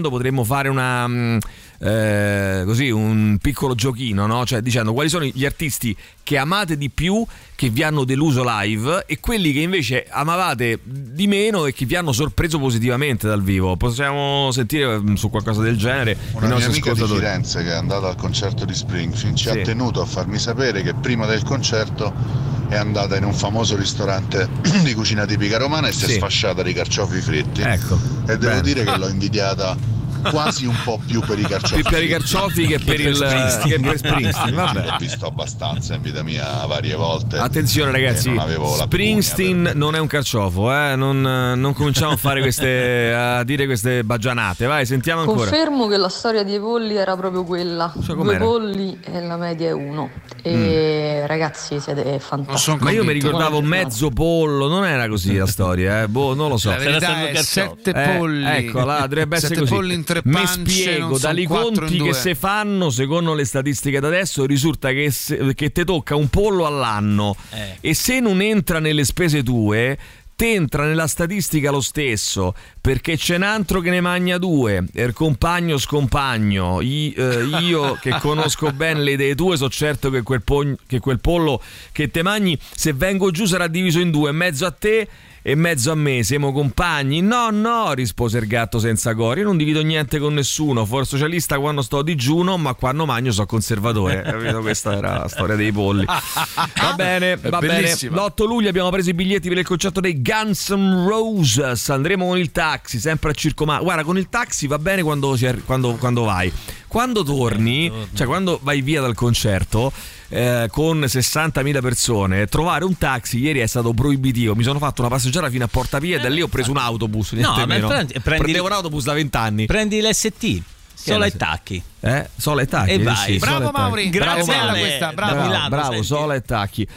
Speaker 3: una così un piccolo giochino, no? Cioè dicendo quali sono gli artisti che amate di più, che vi hanno deluso live, e quelli che invece amavate di meno e che vi hanno sorpreso positivamente dal vivo. Possiamo sentire su qualcosa del genere?
Speaker 8: Una mia amica di Firenze che è andata al concerto di Springsteen ci ha tenuto a farmi sapere che prima del concerto è andata in un famoso ristorante di cucina tipica romana e si è sfasciata di carciofi fritti. E devo dire che l'ho invidiata quasi un po' più per i carciofi.
Speaker 3: Più per i carciofi che per Springsteen. Vabbè.
Speaker 8: L'ho visto abbastanza in vita mia varie volte.
Speaker 3: Attenzione ragazzi, Springsteen non è un carciofo, non cominciamo a fare a dire queste baggianate. Vai, sentiamo ancora.
Speaker 13: Confermo che la storia dei polli era proprio quella. Cioè, 2 polli e la media è 1. E ragazzi, siete fantastici.
Speaker 3: Ma io mi ricordavo mezzo pollo, non era così la storia, non lo so.
Speaker 4: La verità è 7 polli.
Speaker 3: Ecco, dovrebbe essere così.
Speaker 4: Polli in 3
Speaker 3: mi
Speaker 4: pance,
Speaker 3: spiego, dai conti che se fanno, secondo le statistiche da adesso, risulta che te tocca un pollo all'anno, e se non entra nelle spese tue te entra nella statistica lo stesso, perché c'è un altro che ne magna 2, il compagno scompagno. Io che conosco bene le idee tue, so certo che quel pollo che te magni, se vengo giù, sarà diviso in 2, mezzo a te e mezzo a me. Siamo compagni? No, rispose il gatto senza cori. Io non divido niente con nessuno, fo' socialista quando sto a digiuno, ma quando magno so conservatore. Capito? Questa era la storia dei polli. Va bene. L'8 luglio abbiamo preso i biglietti per il concerto dei Guns N' Roses. Andremo con il taxi, sempre a Circo Massimo. Guarda, con il taxi va bene quando vai. Quando torni, cioè quando vai via dal concerto con 60.000 persone, trovare un taxi ieri è stato proibitivo. Mi sono fatto una passeggiata fino a Porta Pia e da lì ho preso un autobus. Prendevo un autobus da 20 anni.
Speaker 5: Prendi l'ST, solo ai tacchi.
Speaker 3: Sola e Tacchi.
Speaker 5: E vai.
Speaker 3: Sì,
Speaker 4: bravo Mauri,
Speaker 5: grazie
Speaker 4: bella questa,
Speaker 3: bravo Sola e Tacchi.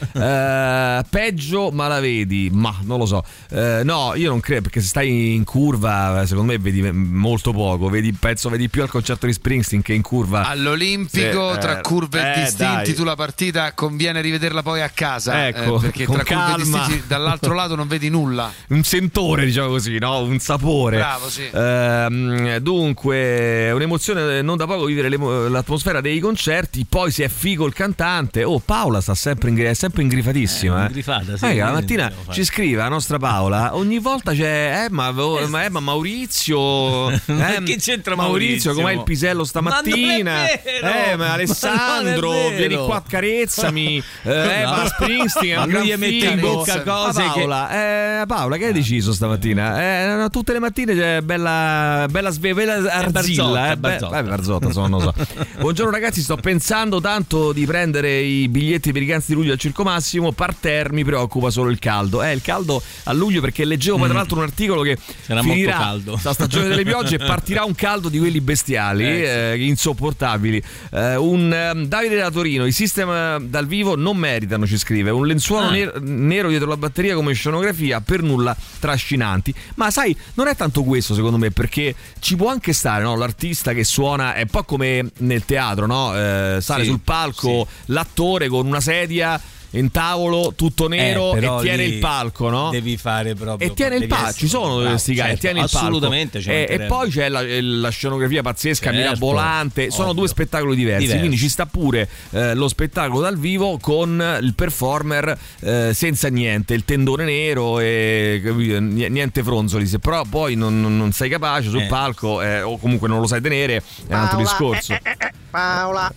Speaker 3: Peggio ma la vedi? Ma non lo so. No, io non credo, perché se stai in curva secondo me vedi molto poco, vedi più al concerto di Springsteen che in curva
Speaker 4: all'Olimpico. Tra curve distinti tu la partita conviene rivederla poi a casa,
Speaker 3: ecco,
Speaker 4: perché
Speaker 3: con
Speaker 4: tra
Speaker 3: calma.
Speaker 4: curve distinti dall'altro lato non vedi nulla,
Speaker 3: un sentore, diciamo così, no? Un sapore.
Speaker 4: Bravo, sì.
Speaker 3: Dunque è un'emozione non da poco vivere l'atmosfera dei concerti, poi se è figo il cantante. Paola è sempre ingrifatissima.
Speaker 5: Ingrifata, sì,
Speaker 3: la mattina ci scrive la nostra Paola, ogni volta c'è ma Maurizio,
Speaker 5: che c'entra
Speaker 3: Maurizio? Com'è il pisello stamattina? Ma Alessandro, vieni qua, accarezzami. Ma Springsteen,
Speaker 5: ma lui gli mette in bocca cose.
Speaker 3: Paola, che hai deciso stamattina? Tutte le mattine c'è bella arzilla, Barzotta, non so. Buongiorno ragazzi, sto pensando tanto di prendere i biglietti per i Canzi di luglio al Circo Massimo. Parterre mi preoccupa solo il caldo. Il caldo a luglio, perché leggevo poi tra l'altro un articolo che
Speaker 5: sarà
Speaker 3: finirà
Speaker 5: molto caldo
Speaker 3: la stagione delle piogge e partirà un caldo di quelli bestiali, insopportabili. Davide da Torino, i System dal vivo non meritano, ci scrive. Un lenzuolo nero dietro la batteria come scenografia, per nulla trascinanti. Ma sai, non è tanto questo secondo me, perché ci può anche stare, no? L'artista che suona, è un po' come nel teatro, no? Sale sul palco l'attore con una sedia, in tavolo tutto nero e tiene il palco, no?
Speaker 5: Devi fare proprio.
Speaker 3: E tiene il palco, ci sono questi guy, tiene il palco.
Speaker 5: Assolutamente.
Speaker 3: E poi c'è la scenografia pazzesca, mirabolante. Sono due spettacoli diversi, quindi ci sta pure lo spettacolo dal vivo con il performer senza niente, il tendone nero e niente fronzoli. Se però poi non sei capace sul palco o comunque non lo sai tenere, è un altro discorso. Paola,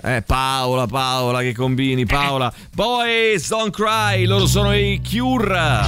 Speaker 3: che combini, Paola. Boys Don't Cry, loro sono i Cure.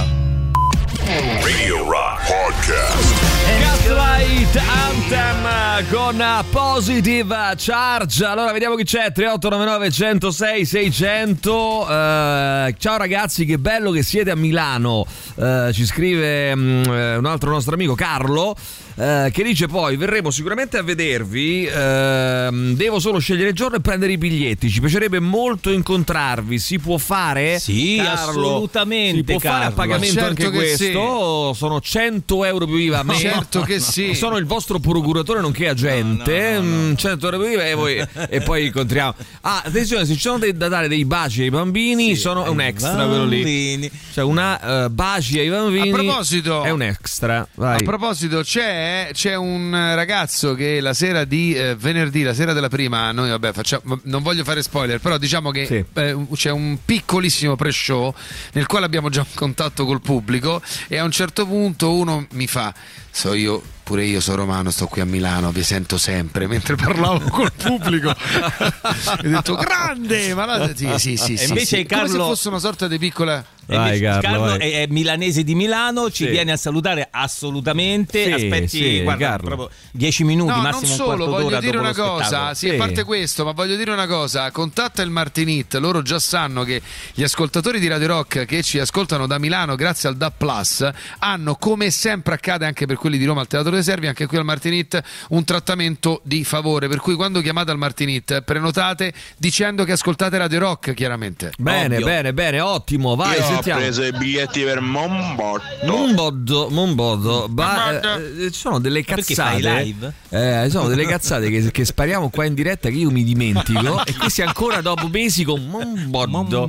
Speaker 2: Radio Rock Podcast.
Speaker 3: Gaslight Anthem con Positive Charge. Allora vediamo chi c'è. 3899 106 600. Ciao ragazzi, che bello che siete a Milano. Ci scrive un altro nostro amico, Carlo, che dice: poi verremo sicuramente a vedervi, devo solo scegliere il giorno e prendere i biglietti. Ci piacerebbe molto incontrarvi. Si può fare?
Speaker 5: Sì,
Speaker 3: Carlo?
Speaker 5: Assolutamente.
Speaker 3: Si può fare a pagamento,
Speaker 4: certo
Speaker 3: anche questo, sì. Sono 100 euro più IVA.
Speaker 4: Certo che sì.
Speaker 3: Sono il vostro procuratore nonché agente. No. 100 euro più IVA e poi incontriamo. Attenzione, se ci sono da dare dei baci ai bambini, sono un extra quello lì. Cioè una baci ai bambini.
Speaker 4: A proposito,
Speaker 3: è un extra. Vai.
Speaker 4: A proposito, c'è un ragazzo che la sera di venerdì, la sera della prima, noi facciamo, non voglio fare spoiler, però diciamo che c'è un piccolissimo pre-show nel quale abbiamo già un contatto col pubblico, e a un certo punto uno mi fa: pure io sono romano, sto qui a Milano, vi sento sempre, mentre parlavo col pubblico. Ho detto grande, ma sì.
Speaker 5: E invece Carlo,
Speaker 4: come se fosse una sorta di piccola.
Speaker 3: Vai, Carlo
Speaker 5: è milanese di Milano, ci viene a salutare assolutamente. Aspetti, guarda, proprio 10 minuti, massimo un quarto d'ora.
Speaker 4: Voglio dire una cosa, a parte questo, ma voglio dire una cosa: contatta il Martinit, loro già sanno che gli ascoltatori di Radio Rock che ci ascoltano da Milano grazie al DAB Plus hanno, come sempre accade anche per quelli di Roma al Teatro dei Servi, anche qui al Martinit un trattamento di favore, per cui quando chiamate al Martinit prenotate dicendo che ascoltate Radio Rock, chiaramente.
Speaker 3: Bene, ottimo, vai.
Speaker 14: Io ho preso i biglietti per
Speaker 3: Monboddo. Ci sono delle cazzate
Speaker 5: live?
Speaker 3: Sono delle cazzate che spariamo qua in diretta che io mi dimentico e questi ancora dopo mesi con Monboddo.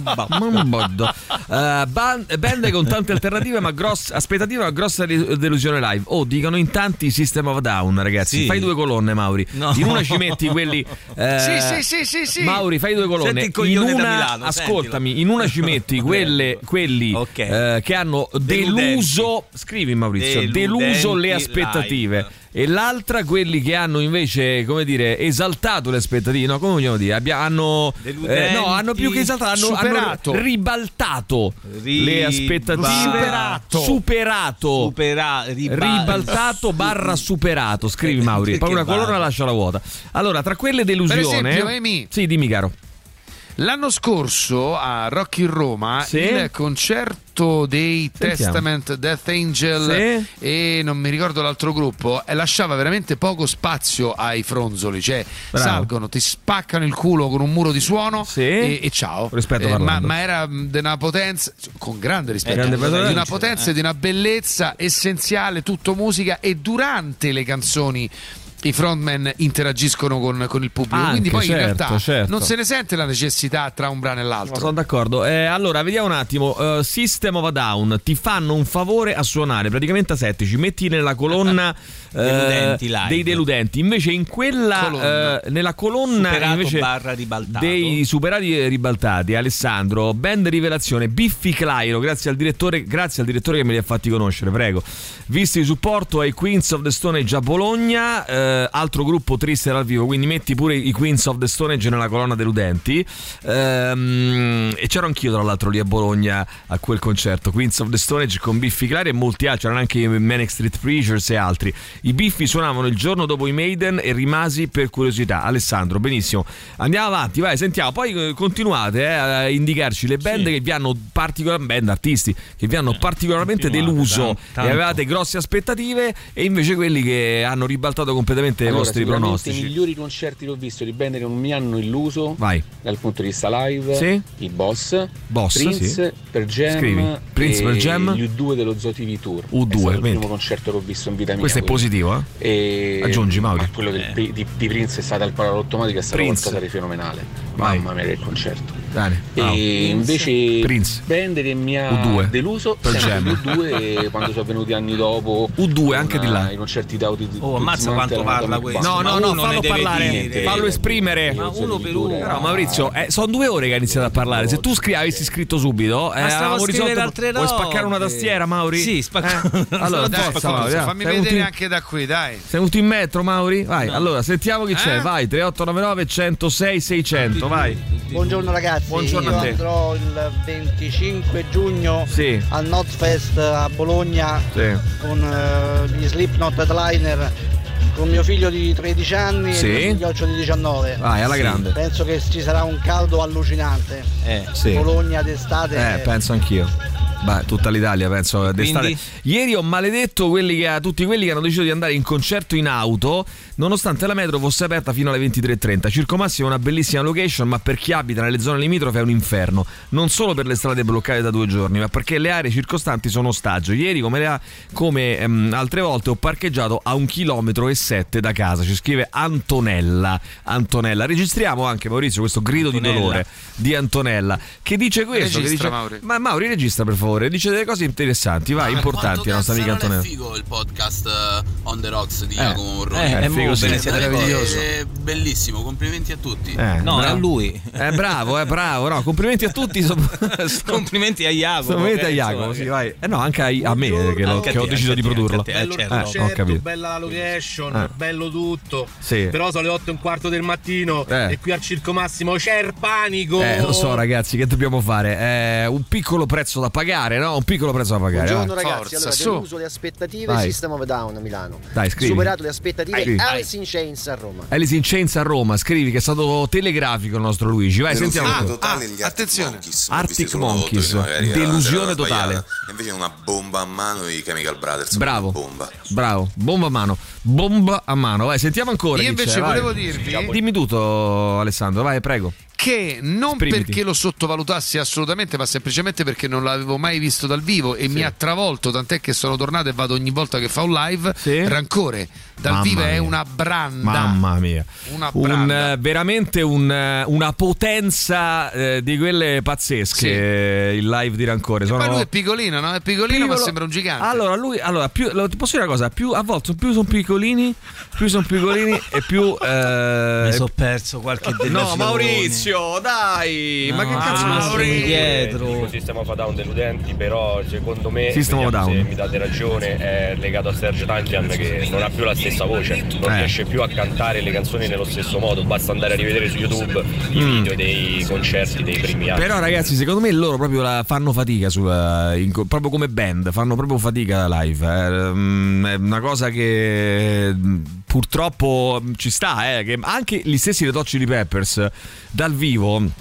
Speaker 3: Band con tante alternative ma aspettativa, ma grossa delusione live. Dicono in tanti System of a Down, ragazzi. Fai due colonne, Mauri.
Speaker 5: No.
Speaker 3: In una ci metti quelli
Speaker 4: sì.
Speaker 3: Mauri, fai due colonne.
Speaker 5: Senti il coglione
Speaker 3: in una,
Speaker 5: da Milano,
Speaker 3: ascoltami, in una ci metti quelli che hanno deluso, scrivi Maurizio, deluso le aspettative
Speaker 5: live.
Speaker 3: E l'altra quelli che hanno invece, come dire, esaltato le aspettative. No, come vogliamo dire? Hanno più che esaltato, hanno ribaltato le aspettative. Superato ribaltato / superato. Scrivi Mauri, poi una colonna lascia la vuota. Allora, tra quelle delusione,
Speaker 4: per esempio, Amy,
Speaker 3: sì, dimmi caro.
Speaker 4: L'anno scorso a Rock in Roma il concerto dei Testament, Death Angel e non mi ricordo l'altro gruppo lasciava veramente poco spazio ai fronzoli, cioè salgono, ti spaccano il culo con un muro di suono e ciao. Ma era di una potenza, con grande rispetto, di una potenza e di una bellezza essenziale, tutto musica, e durante le canzoni i frontman interagiscono con il pubblico, quindi poi in realtà non se ne sente la necessità tra un brano e l'altro.
Speaker 3: Sono d'accordo. Allora vediamo un attimo. System of a Down, ti fanno un favore a suonare praticamente a 7, ci metti nella colonna dei deludenti, invece in quella nella colonna invece dei superati e ribaltati, Alessandro, band rivelazione, Biffi Clyro, grazie al direttore che me li ha fatti conoscere, prego. Visti di supporto ai Queens of the Stone Age a Bologna, altro gruppo triste dal vivo, quindi metti pure i Queens of the Stone Age nella colonna deludenti. E c'ero anch'io tra l'altro lì a Bologna a quel concerto, Queens of the Stone Age con Biffi Clyro e molti altri, c'erano anche i Manic Street Preachers e altri. I Biffi suonavano il giorno dopo i Maiden e rimasi per curiosità. Alessandro, benissimo, andiamo avanti, vai, sentiamo, poi continuate a indicarci le band che vi hanno particolarmente, artisti che vi hanno particolarmente deluso e avevate grosse aspettative, e invece quelli che hanno ribaltato completamente i vostri pronostici.
Speaker 10: I migliori concerti che ho visto di band che non mi hanno illuso dal punto di vista live, i Boss Prince, Per Jam,
Speaker 3: Per Jam,
Speaker 10: gli U2 dello Zoo TV Tour.
Speaker 3: U2,
Speaker 10: è stato il primo concerto che ho visto in vita mia.
Speaker 3: Questo è positivo, aggiungi, Mauri.
Speaker 10: Ma quello di Prince è stato al Paralo Automatica, è stato qualcosa di fenomenale. Mamma mia, che concerto. E invece
Speaker 3: Prince,
Speaker 10: band che mi ha deluso sempre U2 quando sono venuti anni dopo.
Speaker 3: U2 anche di là.
Speaker 10: I concerti da
Speaker 5: ammazza quanto parla questo.
Speaker 3: No, fallo parlare, fallo esprimere.
Speaker 5: Ma uno per uno.
Speaker 3: Però Maurizio, sono 2 ore che ha iniziato a parlare. Se tu avessi scritto subito, avevamo risolto. Vuoi spaccare una tastiera, Mauri?
Speaker 5: Sì, spacco.
Speaker 3: Allora, forza, Mauri,
Speaker 4: fammi vedere anche da qui, dai.
Speaker 3: Sei venuto in metro, Mauri? Vai, allora, sentiamo chi c'è. Vai, 3899 106 600, vai.
Speaker 14: Buongiorno ragazzi.
Speaker 3: Buongiorno
Speaker 14: io
Speaker 3: a te.
Speaker 14: andrò il 25 giugno al Notfest a Bologna con gli Slipknot Headliner, con mio figlio di 13 anni e mio figlioccio di 19.
Speaker 3: Vai, alla grande.
Speaker 14: Penso che ci sarà un caldo allucinante. Bologna d'estate.
Speaker 3: Penso anch'io. Beh, tutta l'Italia penso d'estate. Ieri ho maledetto tutti quelli che hanno deciso di andare in concerto in auto nonostante la metro fosse aperta fino alle 23:30. Circomassimo è una bellissima location, ma per chi abita nelle zone limitrofe è un inferno, non solo per le strade bloccate da 2 giorni, ma perché le aree circostanti sono ostaggio. Ieri come altre volte ho parcheggiato a 1,7 km da casa, ci scrive Antonella. Registriamo anche, Maurizio, questo grido di dolore di Antonella che dice questo, ma Mauri registra per favore, dice delle cose interessanti, vai, importanti la nostra amica Antonella.
Speaker 15: È figo il podcast On The Rocks di Giacomo Morroni.
Speaker 3: È figo,
Speaker 4: meraviglioso,
Speaker 15: è bellissimo, complimenti a tutti.
Speaker 5: No, a lui.
Speaker 3: Bravo, no, complimenti a tutti.
Speaker 5: Complimenti a Jacopo.
Speaker 3: Complimenti a Jacopo, sì, vai. No, anche a me che ho deciso di produrlo.
Speaker 16: Ho capito. Bella la location, bello tutto. Però sono le 8:15 del mattino e qui al Circo Massimo c'è il panico.
Speaker 3: Lo so, ragazzi, che dobbiamo fare? Un piccolo prezzo da pagare, no? Un piccolo prezzo da pagare.
Speaker 14: Buongiorno ragazzi, allora deluso le aspettative, System of a Down a Milano.
Speaker 3: Dai, scrivi.
Speaker 14: Superato le aspettative, Alice in Chains a Roma.
Speaker 3: Alice in Chains a Roma, scrivi che è stato telegrafico il nostro Luigi. Vai, sentiamo.
Speaker 4: Attenzione.
Speaker 3: Arctic Monkeys, delusione totale.
Speaker 17: Invece una bomba a mano i Chemical Brothers.
Speaker 3: Bravo, bomba a mano. Vai, sentiamo ancora.
Speaker 4: Io invece volevo dirvi,
Speaker 3: dimmi tutto, Alessandro, vai, prego.
Speaker 4: Che non perché lo sottovalutassi assolutamente, ma semplicemente perché non l'avevo mai visto dal vivo e mi ha travolto, tant'è che sono tornato e vado ogni volta che fa un live. Rancore dal vivo è una branda.
Speaker 3: Mamma mia, veramente una potenza di quelle pazzesche. Il live di Rancore.
Speaker 4: Ma lui è piccolino, no? È piccolino, ma sembra un gigante.
Speaker 3: Allora ti posso dire una cosa, a volte più sono piccolini e più
Speaker 5: mi sono perso qualche delusione.
Speaker 3: No, Maurizio, dai, ma che cazzo
Speaker 18: indietro? Il System of a Down deludenti, però secondo me, se mi date ragione, è legato a Serge Tankian che non ha più la stessa voce, non riesce più a cantare le canzoni nello stesso modo, basta andare a rivedere su YouTube i video dei concerti dei primi anni.
Speaker 3: Però ragazzi, secondo me loro proprio fanno fatica proprio come band, fanno proprio fatica live, è una cosa che purtroppo ci sta, che anche gli stessi Red Hot Chili Peppers dal vivo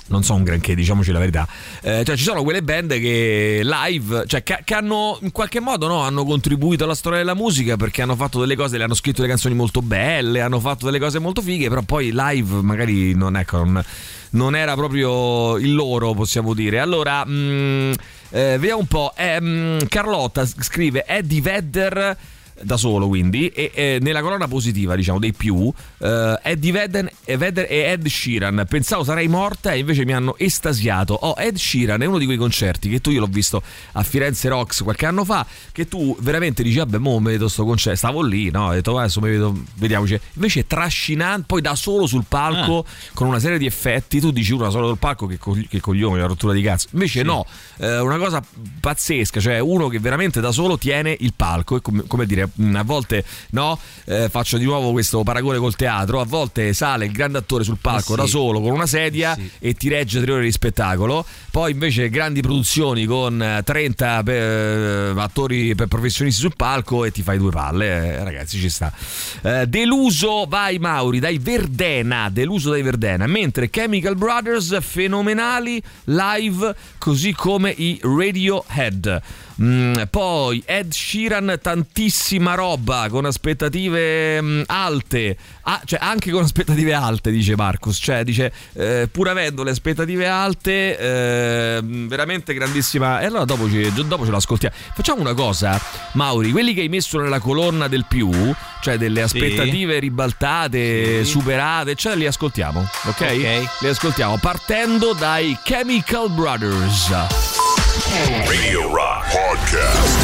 Speaker 3: non so un granché, diciamoci la verità. Cioè ci sono quelle band che live, cioè che hanno in qualche modo, no, hanno contribuito alla storia della musica, perché hanno fatto delle cose, le hanno scritto delle canzoni molto belle, hanno fatto delle cose molto fighe, però poi live magari non era proprio il loro, possiamo dire. Allora vediamo un po'. Carlotta scrive Eddie Vedder da solo, quindi, e nella colonna positiva, diciamo, dei più, Eddie Vedder e Ed Sheeran. Pensavo sarei morta e invece mi hanno estasiato. Ed Sheeran è uno di quei concerti che io l'ho visto a Firenze Rocks qualche anno fa, che tu veramente dici vabbè, mo mi vedo sto concerto, stavo lì, no, ho detto adesso mi vedo, vediamoci. Invece è trascinante, poi da solo sul palco con una serie di effetti, tu dici una solo sul palco, che coglione, una rottura di cazzo. Invece no, una cosa pazzesca, cioè uno che veramente da solo tiene il palco, e come dire, a volte, no, faccio di nuovo questo paragone col teatro, a volte sale il grande attore sul palco da solo con una sedia e ti regge 3 ore di spettacolo. Poi invece grandi produzioni con 30 attori professionisti sul palco e ti fai 2 palle, ragazzi, ci sta. Deluso, vai Mauri, dai Verdena, mentre Chemical Brothers fenomenali live, così come i Radiohead. Poi Ed Sheeran, tantissima roba, con aspettative alte, cioè anche con aspettative alte, dice Marcus, cioè dice pur avendo le aspettative alte, veramente grandissima. E allora dopo ce l'ascoltiamo. Facciamo una cosa, Mauri, quelli che hai messo nella colonna del più, cioè delle aspettative ribaltate, superate, cioè li ascoltiamo, ok? Li ascoltiamo partendo dai Chemical Brothers.
Speaker 2: Radio Rock Podcast.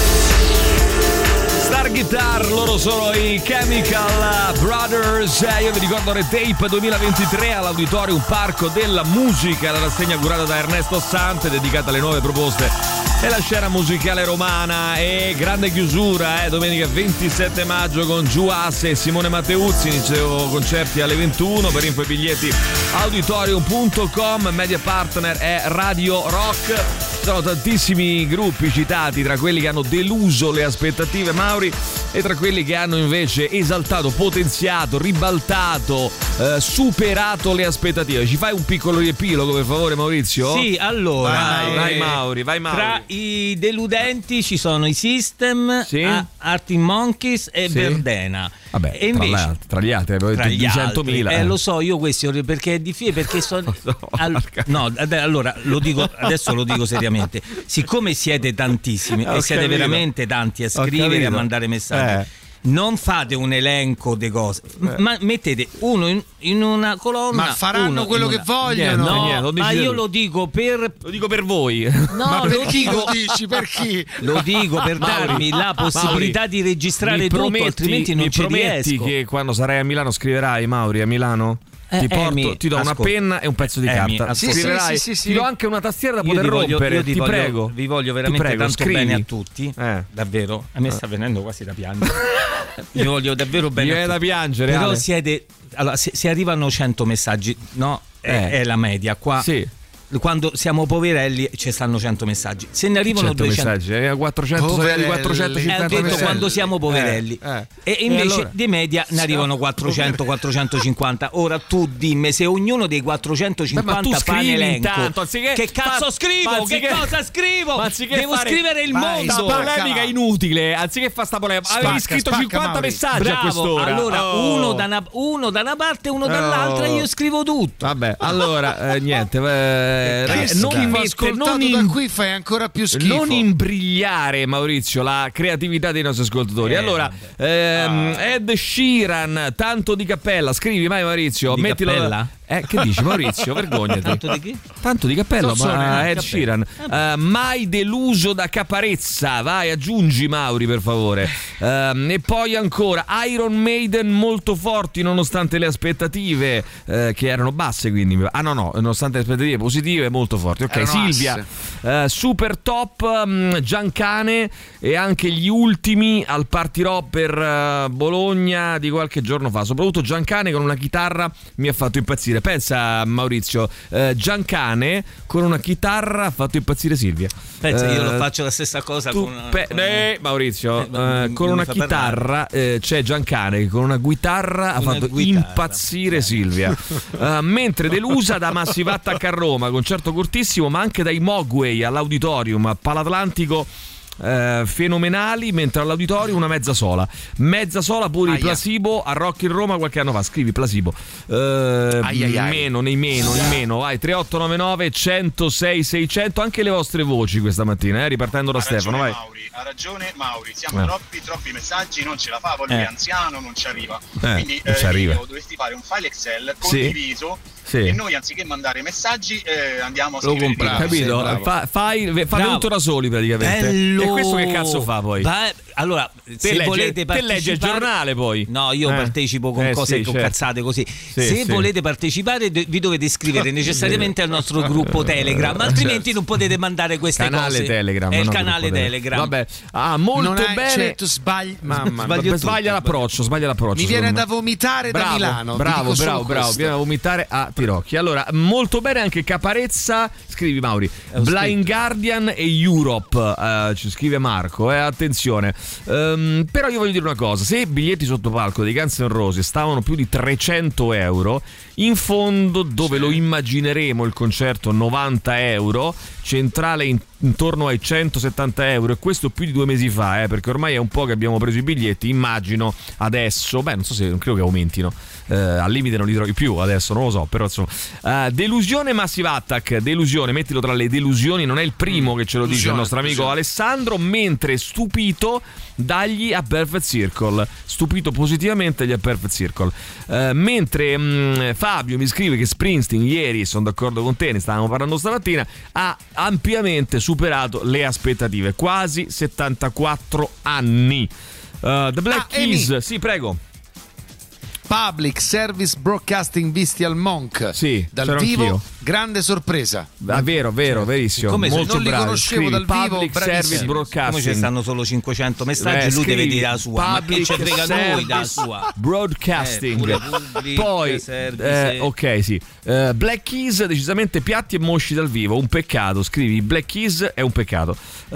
Speaker 3: Star Guitar, loro sono i Chemical Brothers. Io vi ricordo Red Tape 2023 all'Auditorium Parco della Musica, la rassegna curata da Ernesto Sante, dedicata alle nuove proposte e la scena musicale romana. E grande chiusura, domenica 27 maggio con Giuasse e Simone Matteuzzi, inizio concerti alle 21. Per info e biglietti auditorium.com. Media partner è Radio Rock. Sono tantissimi gruppi citati, tra quelli che hanno deluso le aspettative, Mauri, e tra quelli che hanno invece esaltato, potenziato, ribaltato, superato le aspettative. Ci fai un piccolo riepilogo, per favore, Maurizio?
Speaker 5: Sì, allora
Speaker 3: vai Mauri.
Speaker 5: Tra i deludenti ci sono i System, Arctic Monkeys e Verdena.
Speaker 3: Vabbè, e invece, tra gli altri 100.000.
Speaker 5: Lo so, io questo perché è difficile, perché sono allora adesso lo dico seriamente. Siccome siete tantissimi e siete veramente tanti a scrivere e a mandare messaggi, non fate un elenco di cose, ma mettete uno in una colonna.
Speaker 4: Ma faranno quello che vogliono.
Speaker 5: Ma io lo dico per
Speaker 3: voi.
Speaker 4: No, per chi lo dici? Per chi?
Speaker 5: Lo dico per darmi la possibilità di registrare tutto, altrimenti non ci riesco.
Speaker 3: Mi prometti che quando sarai a Milano scriverai, Mauri, a Milano? Ti do una penna e un pezzo di carta. Scriverai, ti do anche una tastiera da poter rompere. Ti prego.
Speaker 5: Vi voglio veramente tanto bene a tutti. Davvero. A me sta venendo quasi da piangere. Vi voglio davvero bene.
Speaker 3: Mi viene da piangere.
Speaker 5: Però siete. Allora, se arrivano 100 messaggi, no? È la media. Qua. Sì. Quando siamo poverelli ci stanno 100 messaggi. Se ne arrivano 200
Speaker 3: messaggi, 450
Speaker 5: detto
Speaker 3: messaggi.
Speaker 5: Quando siamo poverelli. E invece allora, di media ne arrivano 400, 450. Ora tu dimmi, se ognuno dei 450 fa un elenco, che cazzo scrivo? Che cosa scrivo? Devo scrivere il mondo.
Speaker 3: Polemica inutile. Anziché fare sta polemica, avevi scritto 50 messaggi a quest'ora.
Speaker 5: Allora uno da una parte e uno dall'altra, io scrivo tutto.
Speaker 3: Vabbè, allora niente.
Speaker 4: Non da qui fai ancora più schifo.
Speaker 3: Non imbrigliare, Maurizio, la creatività dei nostri ascoltatori. Allora, Ed Sheeran, tanto di cappella. Scrivi mai, Maurizio?
Speaker 5: Di
Speaker 3: mettilo.
Speaker 5: Cappella?
Speaker 3: Che dici, Maurizio? Vergognati.
Speaker 5: Tanto di chi?
Speaker 3: Tanto di cappello, ma Ed Sheeran. Mai deluso da Caparezza. Vai, aggiungi, Mauri, per favore. E poi ancora Iron Maiden, molto forti nonostante le aspettative che erano basse, quindi. No, nonostante le aspettative positive. aspettative molto forti. Ok, Silvia, super top, Giancane e anche gli ultimi al Partirò per Bologna di qualche giorno fa. Soprattutto Giancane con una chitarra mi ha fatto impazzire. Pensa, Maurizio, Giancane con una chitarra ha fatto impazzire Silvia.
Speaker 5: Pensa, io lo faccio la stessa cosa con
Speaker 3: Maurizio, con una chitarra, c'è Giancane che con una chitarra ha fatto impazzire Silvia. Mentre delusa da Massive Attack a Roma, concerto cortissimo, ma anche dai Mogwai all'Auditorium, a Palatlantico, fenomenali, mentre all'Auditorium una mezza sola pure i Placebo a Rock in Roma qualche anno fa. Scrivi Placebo, meno vai 3899 106 600, anche le vostre voci questa mattina, ripartendo da Stefano, vai.
Speaker 19: Ha ragione Mauri, siamo troppi messaggi, non ce la fa, poi lui è anziano, non ci arriva, quindi dovresti fare un file Excel condiviso. Sì. E noi anziché mandare messaggi andiamo a scrivere,
Speaker 3: capito? Fate tutto da soli praticamente.
Speaker 5: Bello.
Speaker 3: E questo che cazzo fa poi?
Speaker 5: Allora, se volete partecipare,
Speaker 3: te leggi il giornale poi?
Speaker 5: No, io partecipo con cose con cazzate così. Se volete partecipare vi dovete iscrivere necessariamente al nostro gruppo Telegram, altrimenti non potete mandare queste
Speaker 3: canale
Speaker 5: cose.
Speaker 3: Telegram,
Speaker 5: è il canale Telegram.
Speaker 3: Vabbè, molto bene.
Speaker 4: Cioè, tu sbagli.
Speaker 3: Sbaglia l'approccio.
Speaker 4: Mi viene da vomitare da Milano.
Speaker 3: Bravo, viene da vomitare a Tirocchi. Allora, molto bene anche Caparezza, scrivi Mauri, Blind Guardian e Europe, ci scrive Marco, attenzione. Però io voglio dire una cosa: se i biglietti sotto palco dei Guns N' Roses stavano più di 300 euro, in fondo dove lo immagineremo il concerto 90 euro, centrale intorno ai 170 euro, e questo più di 2 mesi fa, perché ormai è un po' che abbiamo preso i biglietti, immagino adesso, non so se, non credo che aumentino, al limite non li trovi più adesso, non lo so, però insomma. Delusione Massive Attack, delusione, mettilo tra le delusioni, non è il primo che ce lo dice il nostro amico Alessandro, mentre stupito dagli a Perfect Circle, stupito positivamente dagli a Perfect Circle, mentre Fabio mi scrive che Springsteen ieri, sono d'accordo con te, ne stavamo parlando stamattina, ha ampiamente superato le aspettative, quasi 74 anni. The Black Keys, sì, prego.
Speaker 4: Public Service Broadcasting Bestial Monk,
Speaker 3: sì,
Speaker 4: dal vivo, anch'io. Grande sorpresa.
Speaker 3: Vero, verissimo.
Speaker 4: Come
Speaker 3: molto
Speaker 4: non li
Speaker 3: bravo.
Speaker 4: conoscevo dal vivo.
Speaker 3: Public Service Broadcasting.
Speaker 5: Come ci stanno solo 500 messaggi, lui deve dire la sua. Ma che ci frega noi dalla sua.
Speaker 3: Broadcasting. Poi ok, sì. Black Keys decisamente piatti e mosci dal vivo, un peccato. Scrivi Black Keys è un peccato.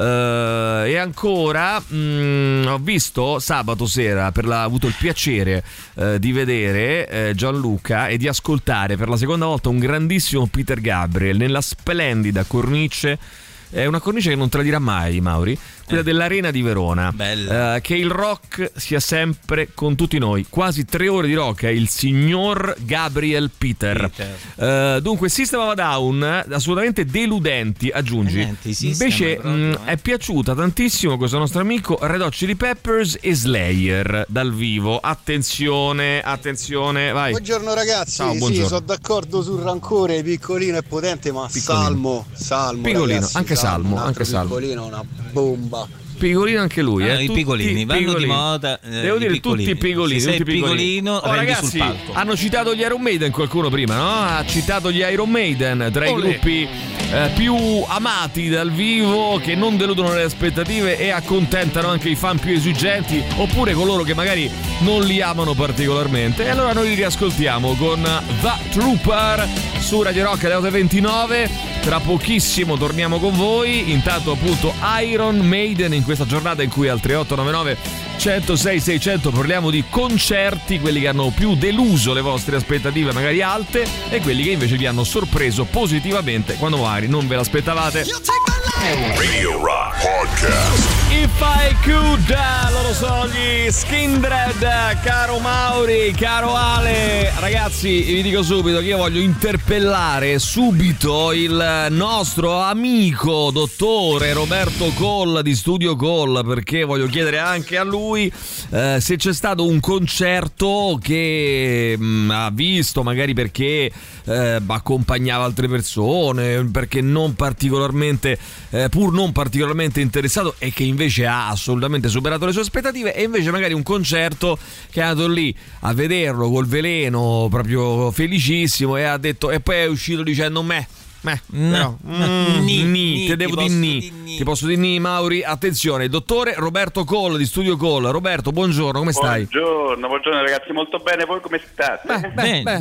Speaker 3: E ancora ho visto sabato sera, ho avuto il piacere di vedere Gianluca e di ascoltare per la seconda volta un grandissimo Peter Gabriel nella splendida cornice, è una cornice che non tradirà mai, Mauri, quella dell'Arena di Verona. Che il rock sia sempre con tutti noi. Quasi 3 ore di rock, è il signor Gabriel Peter. Dunque System of a Down assolutamente deludenti, aggiungi. Invece è piaciuta tantissimo questo nostro amico Red Hot Chili Peppers e Slayer dal vivo. Attenzione, vai.
Speaker 20: Buongiorno ragazzi.
Speaker 3: Ciao, buongiorno.
Speaker 20: Sì, sono d'accordo sul rancore, piccolino e potente, ma Salmo
Speaker 3: piccolino,
Speaker 20: ragazzi,
Speaker 3: anche Salmo,
Speaker 20: piccolino, una bomba.
Speaker 3: Piccolino anche lui,
Speaker 5: i piccolini vanno di moda.
Speaker 3: Devo dire tutti piccolini.
Speaker 5: Se sei piccolino,
Speaker 3: ragazzi,
Speaker 5: sul palco.
Speaker 3: hanno citato gli Iron Maiden, qualcuno prima, no? Ha citato gli Iron Maiden, tra i gruppi più amati dal vivo, che non deludono le aspettative e accontentano anche i fan più esigenti, oppure coloro che magari non li amano particolarmente. E allora noi li riascoltiamo con The Trooper su Radio Rock alle 8:29. Tra pochissimo torniamo con voi. Intanto appunto Iron Maiden in questa giornata in cui al 3899 106 600 parliamo di concerti, quelli che hanno più deluso le vostre aspettative magari alte e quelli che invece vi hanno sorpreso positivamente quando magari non ve l'aspettavate.
Speaker 2: Radio Rock Podcast.
Speaker 3: If I Could, loro sono gli Skindred, caro Mauri, caro Ale. Ragazzi, vi dico subito che io voglio interpellare subito il nostro amico dottore Roberto Coll di Studio Coll, perché voglio chiedere anche a lui se c'è stato un concerto che ha visto, magari perché accompagnava altre persone, perché non particolarmente pur non particolarmente interessato e che invece ha assolutamente superato le sue aspettative, e invece magari un concerto che è andato lì a vederlo col veleno proprio felicissimo e ha detto, e poi è uscito dicendo Però, te devo dire ni. Ti posso dire ni, Mauri. Attenzione, dottore Roberto Cole di Studio Cole. Roberto, buongiorno, come stai?
Speaker 21: Buongiorno ragazzi, molto bene, voi come state?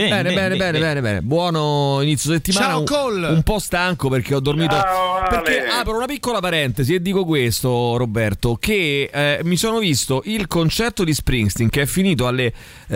Speaker 3: Bene. Buono inizio settimana.
Speaker 4: Ciao Cole.
Speaker 3: Un po' stanco perché ho dormito.
Speaker 21: Ciao,
Speaker 3: perché apro una piccola parentesi e dico questo, Roberto, che mi sono visto il concerto di Springsteen che è finito alle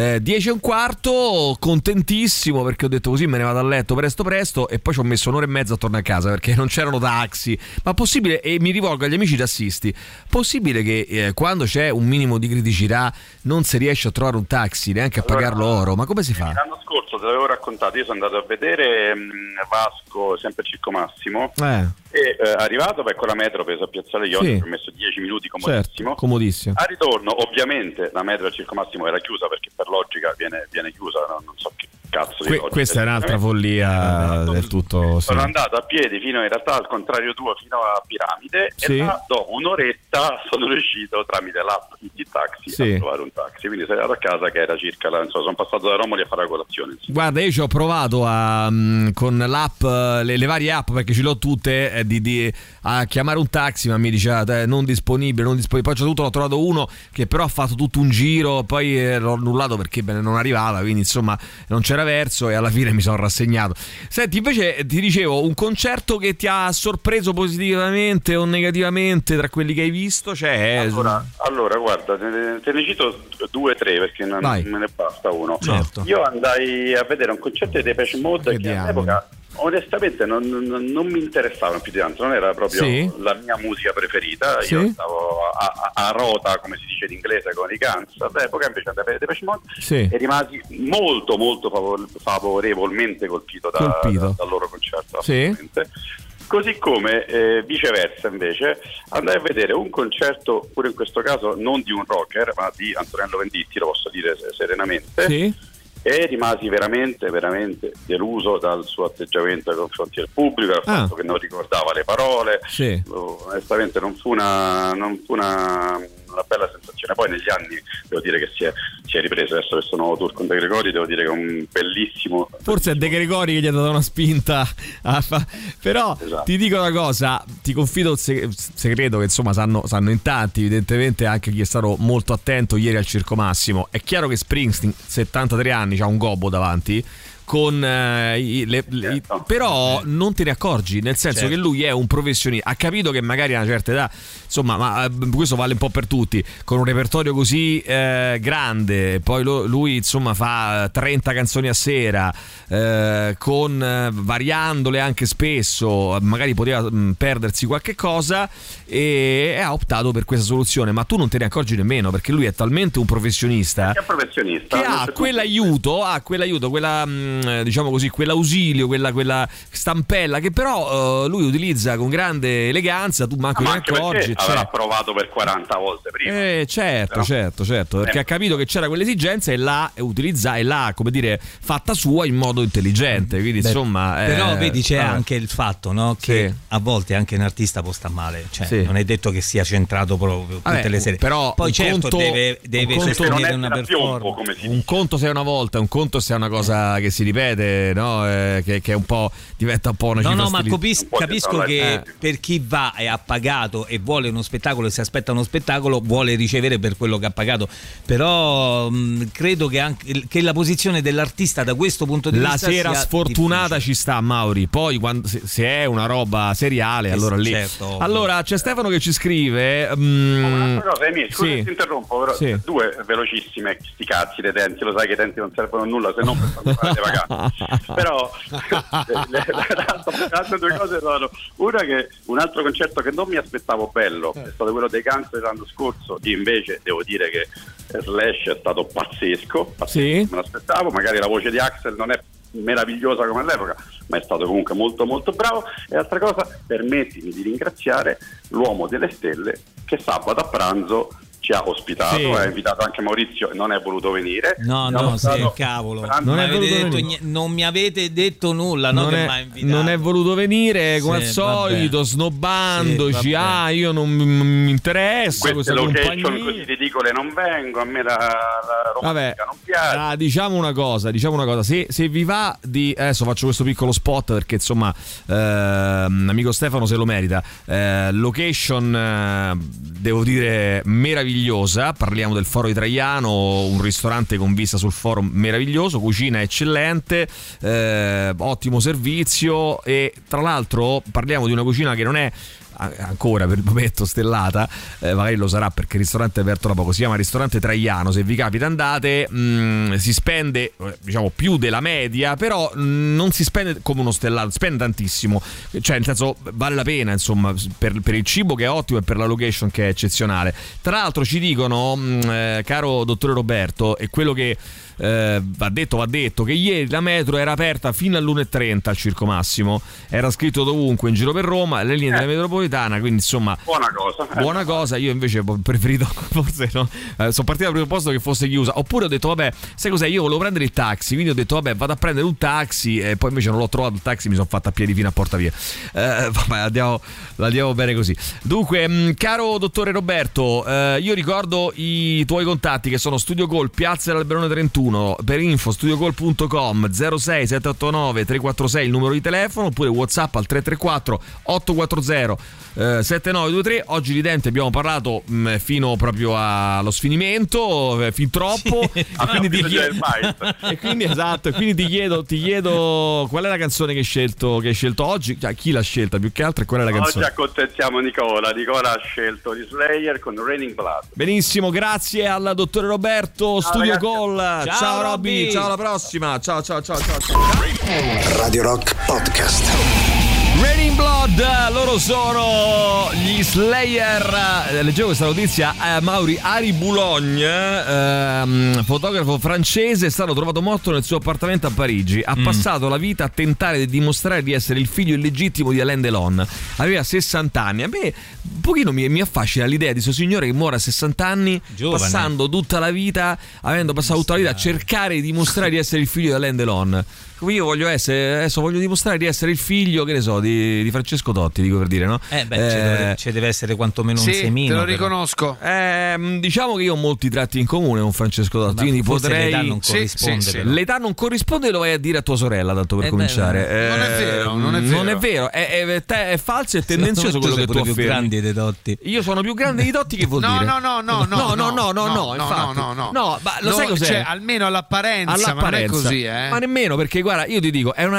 Speaker 3: 10:15, contentissimo perché ho detto così me ne vado a letto presto e poi ci ho messo un'ora e mezza a tornare a casa perché non c'erano taxi. Ma possibile, e mi rivolgo agli amici tassisti, possibile che quando c'è un minimo di criticità non si riesce a trovare un taxi, neanche a pagarlo oro? Ma come si fa?
Speaker 21: L'anno scorso te l'avevo raccontato, io sono andato a vedere Vasco sempre Circo Massimo e arrivato con la metro preso a Piazzale Ionio, ho messo 10 minuti, comodissimo.
Speaker 3: Certo, comodissimo.
Speaker 21: A ritorno ovviamente la metro al Circo Massimo era chiusa perché per logica viene chiusa, non so che cazzo di logica.
Speaker 3: Questa è un'altra follia del tutto.
Speaker 21: Sono andato a piedi fino in realtà al contrario tuo fino a Piramide e là dopo un'oretta sono riuscito tramite l'app Easy Taxi a trovare un taxi, quindi sono andato a casa che era circa sono passato da Romoli a fare la colazione.
Speaker 3: Guarda, io ci ho provato con l'app, le varie app perché ce le ho tutte, a chiamare un taxi, ma mi diceva non disponibile. Poi l'ho trovato uno che però ha fatto tutto un giro, poi l'ho annullato perché non arrivava, quindi insomma non c'era verso e alla fine mi sono rassegnato. Senti, invece ti dicevo, un concerto che ti ha sorpreso positivamente o negativamente tra quelli che hai visto?
Speaker 21: Allora guarda, te ne cito 2 o 3 perché non me ne basta uno.
Speaker 3: Certo.
Speaker 21: Io andai a vedere un concerto di Depeche Mode che all'epoca onestamente non mi interessava più di tanto, non era proprio la mia musica preferita. Io stavo a rota, come si dice in inglese, con i Guns all'epoca, invece andai a vedere Depeche Mode e rimasi molto molto favorevolmente colpito dal loro concerto, assolutamente. Così come viceversa invece andai a vedere un concerto, pure in questo caso non di un rocker ma di Antonello Venditti, lo posso dire serenamente, e rimasi veramente veramente deluso dal suo atteggiamento nei confronti del pubblico, dal fatto che non ricordava le parole. Onestamente non fu una bella sensazione. Poi negli anni devo dire che si è ripreso, adesso questo nuovo tour con De Gregori devo dire che è un bellissimo,
Speaker 3: forse è De Gregori che gli ha dato una spinta però ti dico una cosa, ti confido un segreto che insomma sanno in tanti, evidentemente anche chi è stato molto attento ieri al Circo Massimo. È chiaro che Springsteen 73 anni c'ha un gobbo davanti con però non te ne accorgi, nel senso che lui è un professionista, ha capito che magari a una certa età, insomma, ma questo vale un po' per tutti, con un repertorio così grande, poi lui insomma fa 30 canzoni a sera, variandole anche spesso, magari poteva perdersi qualche cosa e ha optato per questa soluzione, ma tu non te ne accorgi nemmeno perché lui è talmente un professionista che ha quell'aiuto, quella diciamo così, quell'ausilio, quella stampella che però lui utilizza con grande eleganza, tu manco te ne accorgi.
Speaker 21: Avrà provato per 40 volte prima.
Speaker 3: Certo, perché ha capito che c'era quell'esigenza e l'ha utilizzata e l'ha, come dire, fatta sua in modo intelligente, quindi insomma
Speaker 5: però vedi c'è anche il fatto, no, che a volte anche un artista può sta male, non è detto che sia centrato proprio tutte le sere,
Speaker 3: però
Speaker 5: poi certo deve sostenere una
Speaker 21: performance.
Speaker 3: Un conto se è una volta, un conto se è una cosa che si ripete, no? Che è un po', diventa un po' una cifra
Speaker 5: ma capisco che per chi va e ha pagato e vuole uno spettacolo e si aspetta uno spettacolo vuole ricevere per quello che ha pagato, però credo che anche che la posizione dell'artista da questo punto di vista
Speaker 3: la sera
Speaker 5: sia
Speaker 3: sfortunata
Speaker 5: difficile.
Speaker 3: Ci sta, Mauri, poi quando, se è una roba seriale allora lì allora c'è Stefano che ci scrive
Speaker 21: un'altra cosa, scusa se ti interrompo, però 2 velocissime, sti cazzi dei denti, lo sai che i denti non servono a nulla se non per farmi fare le vacanze. Però le altre 2 cose sono una, che un altro concerto che non mi aspettavo bello è stato quello dei Guns l'anno scorso, invece devo dire che Slash è stato pazzesco, me l'aspettavo, magari la voce di Axel non è meravigliosa come all'epoca, ma è stato comunque molto molto bravo. E altra cosa, permettimi di ringraziare l'uomo delle stelle che sabato a pranzo ci ha ospitato, ha invitato anche Maurizio e non è voluto venire.
Speaker 5: Cavolo, non mi avete detto nulla, non
Speaker 3: è voluto venire come al solito, snobbandoci, io non mi interessa
Speaker 21: queste location così pellicole non vengo, a me la romantica non piace.
Speaker 3: Diciamo una cosa, se vi va di, adesso faccio questo piccolo spot perché insomma amico Stefano se lo merita, location devo dire meravigliosa, parliamo del Foro di Traiano, un ristorante con vista sul foro meraviglioso, cucina eccellente, ottimo servizio, e tra l'altro parliamo di una cucina che non è ancora per il momento stellata, magari lo sarà perché il ristorante è aperto da poco, si chiama Ristorante Traiano, se vi capita andate, si spende diciamo più della media, però non si spende come uno stellato, spende tantissimo, cioè nel senso vale la pena insomma per il cibo che è ottimo e per la location che è eccezionale. Tra l'altro ci dicono, caro dottore Roberto, e quello che va detto che ieri la metro era aperta fino all'1:30 al Circo Massimo, era scritto dovunque in giro per Roma, le linee della metropolitana, quindi insomma buona cosa. Io invece ho preferito forse sono partito dal presupposto che fosse chiusa, oppure ho detto vabbè, sai cos'è, io volevo prendere il taxi, quindi ho detto vabbè vado a prendere un taxi, e poi invece non l'ho trovato il taxi, mi sono fatto a piedi fino a Porta Pia. Vabbè, andiamo bene così. Dunque, caro dottore Roberto, io ricordo i tuoi contatti che sono Studio Call, Piazza dell'Alberone 31. Per info studiocall.com 06 789 346 il numero di telefono, oppure WhatsApp al 334 840 7923. Oggi di denti abbiamo parlato fino proprio allo sfinimento, fin troppo, e quindi ti chiedo qual è la canzone che hai scelto oggi, cioè, chi l'ha scelta più che altro, e qual è la canzone?
Speaker 21: Oggi accontentiamo Nicola ha scelto gli Slayer con Raining Blood.
Speaker 3: Benissimo, grazie al dottore Roberto.
Speaker 21: Ciao,
Speaker 3: Studio
Speaker 21: ragazzi.
Speaker 3: Call, ciao Robby, ciao, alla prossima, ciao.
Speaker 1: Radio Rock Podcast.
Speaker 3: Raining Blood, loro sono gli Slayer. Leggevo questa notizia, Mauri Ari Boulogne, fotografo francese, è stato trovato morto nel suo appartamento a Parigi. Ha passato la vita a tentare di dimostrare di essere il figlio illegittimo di Alain Delon. Aveva 60 anni. A me un pochino mi affascina l'idea di questo signore che muore a 60 anni, giovane, avendo passato tutta la vita a cercare di dimostrare di essere il figlio di Alain Delon. Io voglio dimostrare di essere il figlio, che ne so, di Francesco Totti, dico per dire, no?
Speaker 5: Ci deve essere quantomeno un semino.
Speaker 4: Te lo riconosco.
Speaker 3: Diciamo che io ho molti tratti in comune con Francesco Totti, quindi potrei.
Speaker 5: L'età non corrisponde.
Speaker 3: Sì. L'età non corrisponde, lo vai a dire a tua sorella, tanto per cominciare.
Speaker 4: Non è vero.
Speaker 3: È falso e tendenzioso quello che tu affermi.
Speaker 5: Più grandi dei Totti.
Speaker 3: Io sono più grande di Totti, che vuol dire?
Speaker 4: No.
Speaker 3: No, ma lo sai cos'è?
Speaker 4: Cioè, almeno all'apparenza, ma non è così,
Speaker 3: Ma nemmeno, perché guarda, io ti dico, è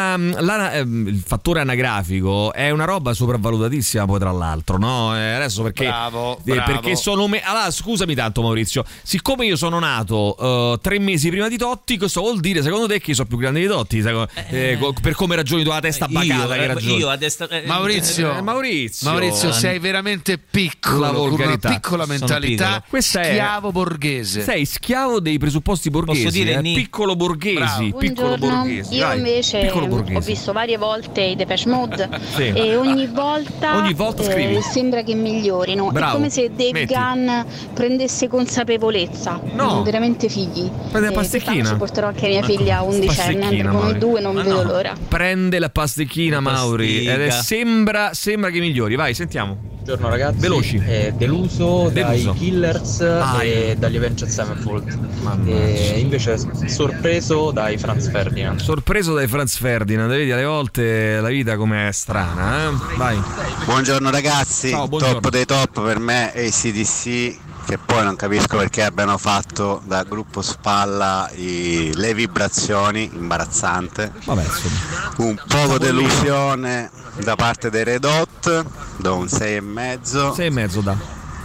Speaker 3: il fattore anagrafico è una roba sopravvalutatissima, poi tra l'altro, no? Adesso perché
Speaker 4: bravo.
Speaker 3: Perché sono allora, scusami tanto Maurizio, siccome io sono nato 3 mesi prima di Totti, questo vuol dire secondo te che io sono più grande di Totti? Per come ragioni tu, la testa bacata che ragioni?
Speaker 5: Io a testa
Speaker 3: Maurizio,
Speaker 4: sei veramente piccolo, con una piccola mentalità, schiavo borghese.
Speaker 3: Sei schiavo dei presupposti borghesi.
Speaker 5: Posso dire
Speaker 3: piccolo borghesi, piccolo borghese.
Speaker 6: Io invece ho visto varie volte i Depeche Mode e ogni volta sembra che migliorino.
Speaker 3: Bravo.
Speaker 6: È come se Dave Gunn prendesse consapevolezza.
Speaker 3: No.
Speaker 6: Veramente figli.
Speaker 3: Prende la pastecchina.
Speaker 6: Ci porterò anche mia figlia 11enne, andremo noi due, non vedo l'ora.
Speaker 3: Prende la pastecchina, Mauri, ed sembra che migliori. Vai, sentiamo.
Speaker 22: Buongiorno ragazzi,
Speaker 3: veloci.
Speaker 22: Deluso dai Killers e dagli Avenged Sevenfold, e invece sorpreso dai Franz Ferdinand.
Speaker 3: Vedi, alle volte la vita com'è strana, Vai.
Speaker 23: Buongiorno ragazzi.
Speaker 3: Ciao, buongiorno.
Speaker 23: Top dei top per me AC/DC, che poi non capisco perché abbiano fatto da gruppo spalla le vibrazioni, imbarazzante.
Speaker 3: Vabbè, insomma.
Speaker 23: Un poco delusione da parte dei Red Hot, do un 6,5.
Speaker 3: 6,5 da.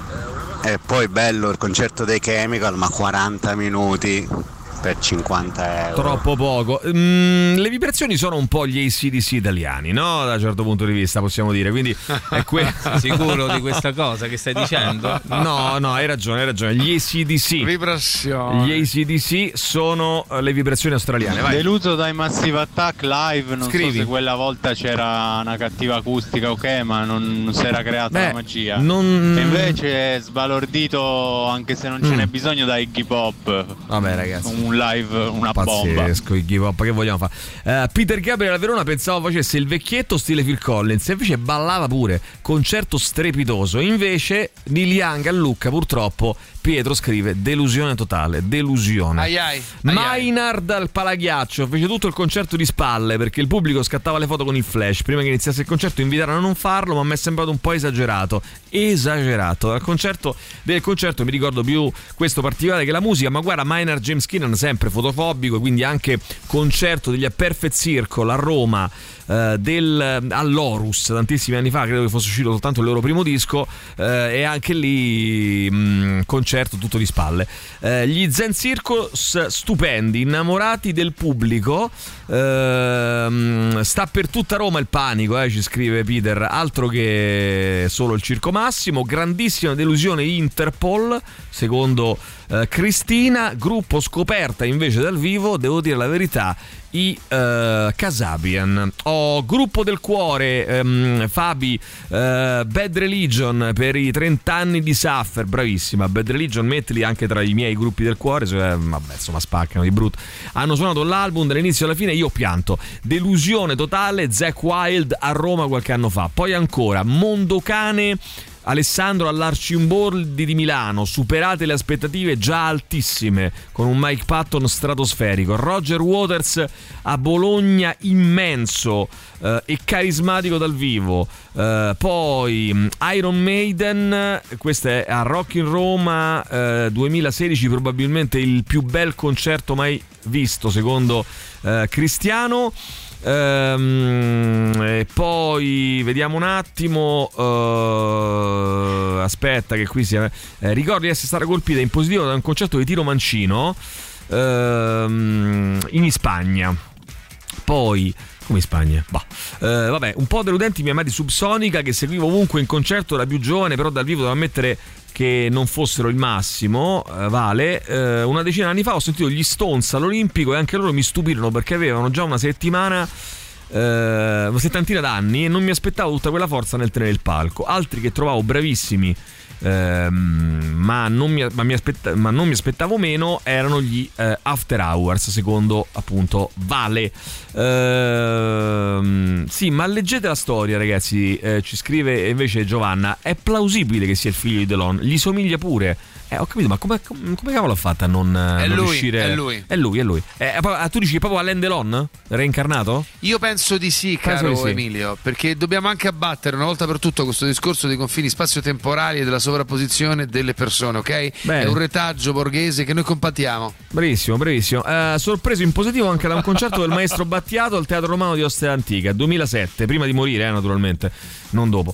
Speaker 23: E poi bello il concerto dei Chemical, ma 40 minuti per 50 euro.
Speaker 3: Troppo poco. Le vibrazioni sono un po' gli AC/DC italiani, no? Da un certo punto di vista possiamo dire. Quindi è
Speaker 5: sicuro di questa cosa che stai dicendo?
Speaker 3: No, hai ragione. Gli AC/DC.
Speaker 4: Vibrazioni.
Speaker 3: Gli AC/DC sono le vibrazioni australiane. Vai.
Speaker 22: Deluso dai Massive Attack live. Non so se quella volta c'era una cattiva acustica, ok, ma non si era creata la magia. E invece è sbalordito, anche se non ce n'è bisogno, da Iggy Pop.
Speaker 3: Vabbè, ragazzi,
Speaker 22: un live, una bomba.
Speaker 3: Pazzesco, Iggy Pop, che vogliamo fare? Peter Gabriel a Verona pensavo facesse il vecchietto stile Phil Collins, e invece ballava pure, concerto strepitoso. Invece Neil Young a Lucca purtroppo Pietro scrive delusione totale, delusione. Maynard al Palaghiaccio fece tutto il concerto di spalle perché il pubblico scattava le foto con il flash. Prima che iniziasse il concerto invitarono a non farlo, ma mi è sembrato un po' esagerato. Del concerto mi ricordo più questo particolare che la musica, ma guarda, Maynard James Keenan sempre fotofobico, quindi anche concerto degli A Perfect Circle a Roma all'Orus tantissimi anni fa, credo che fosse uscito soltanto il loro primo disco, e anche lì concerto tutto di spalle. Gli Zen Circus stupendi, innamorati del pubblico, sta per tutta Roma il panico, ci scrive Peter, altro che solo il Circo Massimo. Grandissima delusione Interpol secondo Cristina. Gruppo scoperta invece dal vivo, devo dire la verità, i Kasabian. Gruppo del cuore, Fabi, Bad Religion per i 30 anni di Suffer, bravissima Bad Religion, mettili anche tra i miei gruppi del cuore, vabbè, insomma spaccano di brutto. Hanno suonato l'album dall'inizio alla fine, io ho pianto. Delusione totale Zakk Wylde a Roma qualche anno fa. Poi ancora Mondocane Alessandro all'Arcimboldi di Milano, superate le aspettative già altissime con un Mike Patton stratosferico. Roger Waters a Bologna, immenso e carismatico dal vivo. Poi Iron Maiden, questo è a Rock in Roma 2016, probabilmente il più bel concerto mai visto secondo Cristiano. E poi vediamo un attimo, aspetta che qui sia, ricordo di essere stata colpita in positivo da un concerto di Tiro Mancino in Spagna. Poi come in Spagna? Vabbè, un po' deludenti i miei amati Subsonica, che seguivo ovunque in concerto da più giovane, però dal vivo devo ammettere che non fossero il massimo. Vale, una decina di anni fa ho sentito gli Stones all'Olimpico e anche loro mi stupirono perché avevano già una settantina d'anni e non mi aspettavo tutta quella forza nel tenere il palco. Altri che trovavo bravissimi, ma non mi aspettavo meno, erano gli After Hours secondo appunto Vale. Sì, ma leggete la storia, ragazzi, ci scrive invece Giovanna. È plausibile che sia il figlio di Delon, gli somiglia pure. Ho capito, ma come cavolo ha fatto a non riuscire? È lui. Tu dici che proprio Alain Delon reincarnato?
Speaker 4: Io penso di sì, caro Emilio, perché dobbiamo anche abbattere una volta per tutto questo discorso dei confini spazio-temporali e della sovrapposizione delle persone, ok? Bene. È un retaggio borghese che noi compatiamo.
Speaker 3: Bravissimo. Sorpreso in positivo anche da un concerto del maestro Battiato al Teatro Romano di Ostia Antica 2007, prima di morire, naturalmente, non dopo.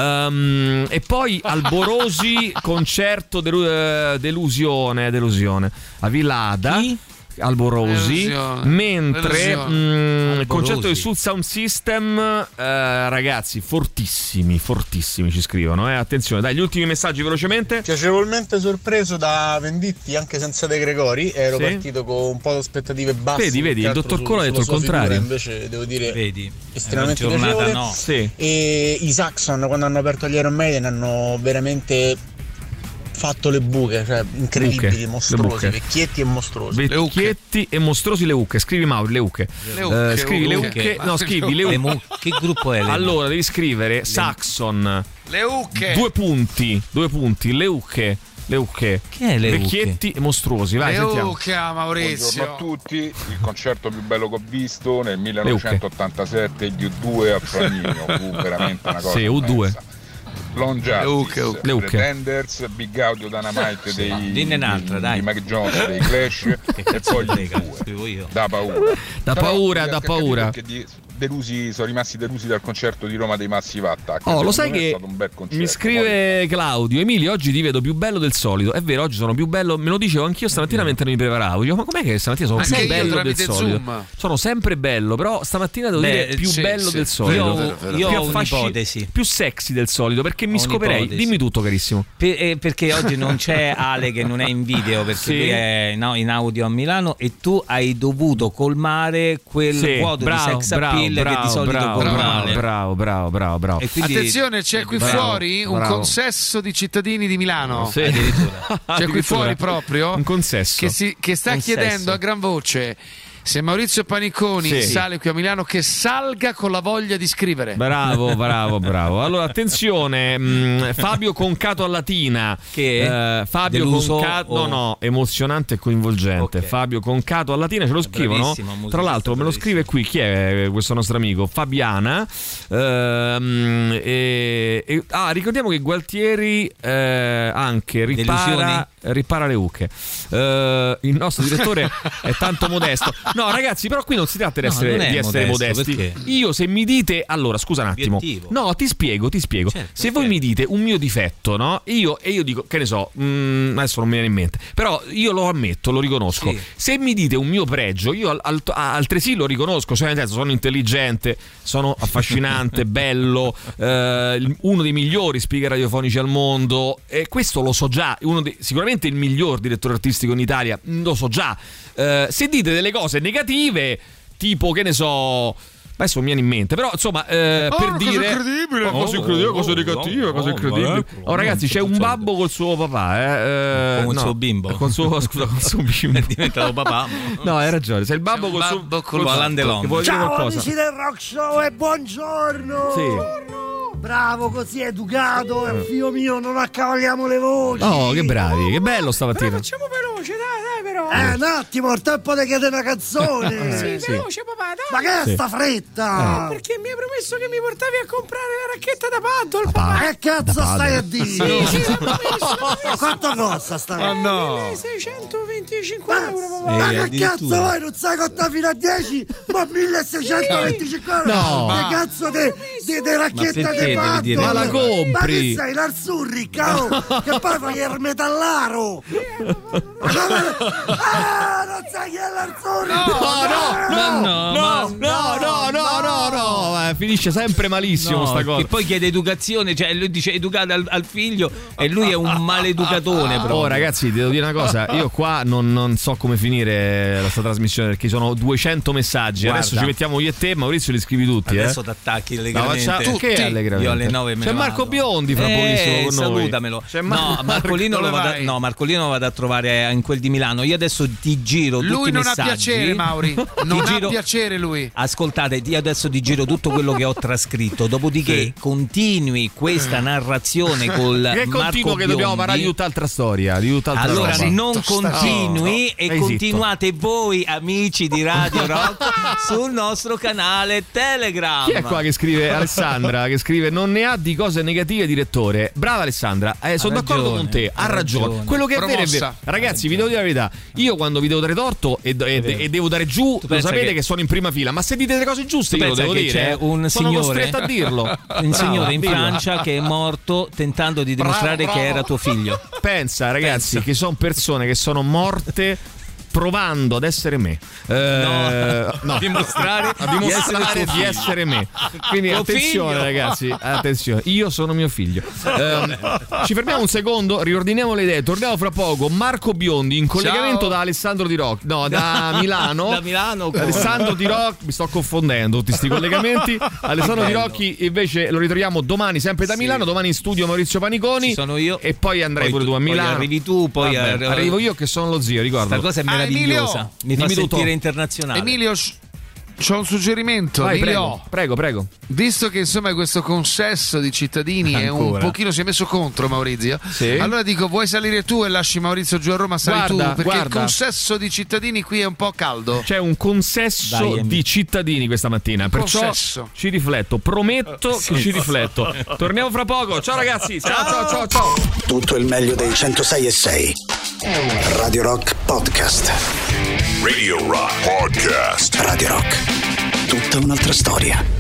Speaker 3: E poi Alborosi concerto delusione a Villa Ada. Alborosi, mentre il concetto del Soul Sound System, ragazzi, fortissimi ci scrivono, attenzione, dai, gli ultimi messaggi velocemente.
Speaker 20: Piacevolmente sorpreso da Venditti anche senza De Gregori, ero partito con un po' di aspettative basse.
Speaker 3: Vedi, il dottor Cola ha detto il contrario,
Speaker 20: invece devo dire estremamente piacevole. Sì. E i Saxon, quando hanno aperto gli Iron Maiden, hanno veramente fatto le buche, cioè incredibili, mostruosi, vecchietti e mostruosi.
Speaker 3: Vecchietti e mostruosi, le ucche. Scrivi Mauri, le ucche. Scrivi le ucche. No, scrivi le ucche.
Speaker 5: Che gruppo è?
Speaker 3: Allora devi scrivere Saxon.
Speaker 4: Le ucche.
Speaker 3: Due punti, le ucche.
Speaker 5: Che è le
Speaker 3: vecchietti e mostruosi, vai, sentiamo.
Speaker 4: Maurizio.
Speaker 7: Buongiorno a tutti. Il concerto più bello che ho visto nel 1987, gli U2 a Foligno, fu veramente una cosa.
Speaker 3: Sì, U2.
Speaker 7: Long Justice, Pretenders, Big Audio Dynamite dei Mike Jones, dei Clash e poi gli U2. Da paura. Sono rimasti delusi dal concerto di Roma dei Massive Attack.
Speaker 3: Lo sai che mi scrive Claudio: Emilio, oggi ti vedo più bello del solito. È vero, oggi sono più bello, me lo dicevo anch'io stamattina mentre mi preparavo. Dicevo, ma com'è che stamattina sono più bello del solito? Sono sempre bello, però stamattina devo dire più bello del solito.
Speaker 5: Io ho un'ipotesi,
Speaker 3: più sexy del solito, perché mi scoperei. Dimmi tutto, carissimo.
Speaker 5: Perché oggi non c'è Ale, che non è in video, perché lui è in audio a Milano, e tu hai dovuto colmare quel vuoto di sex appeal che di solito colmare.
Speaker 3: Bravo.
Speaker 5: E quindi,
Speaker 4: attenzione, c'è qui fuori un consesso di cittadini di Milano.
Speaker 3: Sì.
Speaker 4: C'è qui fuori proprio
Speaker 3: un consesso
Speaker 4: che sta chiedendo a gran voce: Se Maurizio Paniconi sale qui a Milano, che salga con la voglia di scrivere.
Speaker 3: Bravo. Allora attenzione, Fabio Concato a Latina,
Speaker 5: che
Speaker 3: Fabio Concato, no, emozionante e coinvolgente. Okay. Fabio Concato a Latina, ce lo scrivono. Tra l'altro me lo scrive qui, chi è questo nostro amico? Fabiana. Ricordiamo che Gualtieri anche ripara le uche. Il nostro direttore è tanto modesto. No, ragazzi, però qui non si tratta di essere modesti. Perché? Io, se mi dite, allora scusa un attimo. Obiettivo. No, ti spiego. Certo, se voi mi dite un mio difetto, no? Io dico, che ne so, adesso non mi viene in mente, però io lo ammetto, lo riconosco. Sì. Se mi dite un mio pregio, io altresì lo riconosco, cioè nel senso, sono intelligente, sono affascinante, bello, uno dei migliori speaker radiofonici al mondo, e questo lo so già, sicuramente il miglior direttore artistico in Italia, lo so già. Se dite delle cose negative, tipo, che ne so, adesso mi viene in mente, però insomma, per dire cose incredibili, cose negative, cose incredibili. Ragazzi, c'è un babbo col suo papà,
Speaker 5: con il suo bimbo,
Speaker 3: con suo bimbo
Speaker 5: è diventato papà.
Speaker 3: No, hai ragione, c'è il babbo col suo
Speaker 5: Alain Delon.
Speaker 9: Ciao amici del Rock Show e buongiorno.
Speaker 3: Sì.
Speaker 9: Bravo, così educato, figlio mio, non accavalliamo le voci.
Speaker 3: Oh, che bravi, che bello stamattina.
Speaker 9: Però facciamo veloce, dai però. Un attimo, il tempo di chiedere una canzone.
Speaker 11: Sì, veloce papà, dai.
Speaker 9: Ma che è sta fretta?
Speaker 11: Perché mi hai promesso che mi portavi a comprare la racchetta da paddle, papà.
Speaker 9: Che cazzo stai a dire?
Speaker 11: Sì, l'ho promesso.
Speaker 9: Quanto costa sta
Speaker 11: cosa? No. 625 euro, papà.
Speaker 9: Ma che cazzo vai? Non sai contare fino a 10? Ma 1625 euro?
Speaker 3: No.
Speaker 9: Che cazzo di racchetta di paddle?
Speaker 3: Ma la compri?
Speaker 9: Ma che sei l'arzurrica? Che poi fai il metallaro? Non sai chi è l'arzurrica?
Speaker 3: No, finisce sempre malissimo sta cosa.
Speaker 5: E poi chiede educazione, cioè lui dice educate al figlio e lui è un maleducatone.
Speaker 3: Oh ragazzi, devo dire una cosa, io qua non so come finire questa trasmissione, perché sono 200 messaggi. Guarda, adesso ci mettiamo io e te, Maurizio, li scrivi tutti.
Speaker 5: Adesso ti attacchi allegramente.
Speaker 3: No, che allegramente?
Speaker 5: Io alle 9 me
Speaker 3: c'è Marco Biondi fra pochissimo con noi.
Speaker 5: Salutamelo. Marcolino lo vado a trovare in quel di Milano. Io adesso ti giro tutti i messaggi. Lui non ha
Speaker 4: piacere, Mauri. Non ha piacere lui.
Speaker 5: Ascoltate, io adesso ti giro tutto quello che ho trascritto. Dopodiché continui questa narrazione col Marco
Speaker 3: continuo che dobbiamo parlare di tutt'altra storia.
Speaker 5: Allora non continui e continuate voi, amici di Radio Rock, sul nostro canale Telegram.
Speaker 3: Chi è qua che scrive? Alessandra che scrive: non ne ha di cose negative, direttore. Brava Alessandra, sono d'accordo con te, ha ragione. Quello che è vero è vero. Ragazzi, vi devo dire la verità, io quando vi devo dare torto e devo dare giù, lo sapete che sono in prima fila, ma se dite delle cose giuste io lo devo dire.
Speaker 5: C'è un
Speaker 3: sono
Speaker 5: signore,
Speaker 3: costretto a dirlo.
Speaker 5: Un signore in Francia che è morto tentando di dimostrare che era tuo figlio.
Speaker 3: Pensa, ragazzi, che sono persone che sono morte provando ad essere me,
Speaker 5: a dimostrare
Speaker 3: di essere me. Quindi attenzione, ragazzi, attenzione, io sono mio figlio. Ci fermiamo un secondo, riordiniamo le idee, torniamo fra poco. Marco Biondi in collegamento da Alessandro Di Rock, da Milano.
Speaker 5: Da Milano,
Speaker 3: Alessandro Di Rock, mi sto confondendo tutti sti collegamenti. Alessandro Di Rocchi invece lo ritroviamo domani sempre da Milano, domani in studio Maurizio Paniconi.
Speaker 5: Sono io.
Speaker 3: E poi andrai pure tu a Milano.
Speaker 5: Poi arrivi tu, poi
Speaker 3: arrivo io che sono lo zio, ricordo.
Speaker 5: Questa cosa è meravigliosa. Mi fa sentire internazionale.
Speaker 4: Emilio, c'ho un suggerimento.
Speaker 3: Vai, prego.
Speaker 4: Visto che insomma questo consesso di cittadini è un pochino si è messo contro Maurizio, allora dico, vuoi salire tu e lasci Maurizio giù a Roma, sali tu, perché il consesso di cittadini qui è un po' caldo.
Speaker 3: C'è un consesso di cittadini questa mattina, perciò ci rifletto, prometto che ci rifletto. Torniamo fra poco, ciao ragazzi, ciao.
Speaker 1: Tutto il meglio dei 106.6 Radio Rock Podcast.
Speaker 2: Radio Rock Podcast.
Speaker 1: Radio Rock, tutta un'altra storia.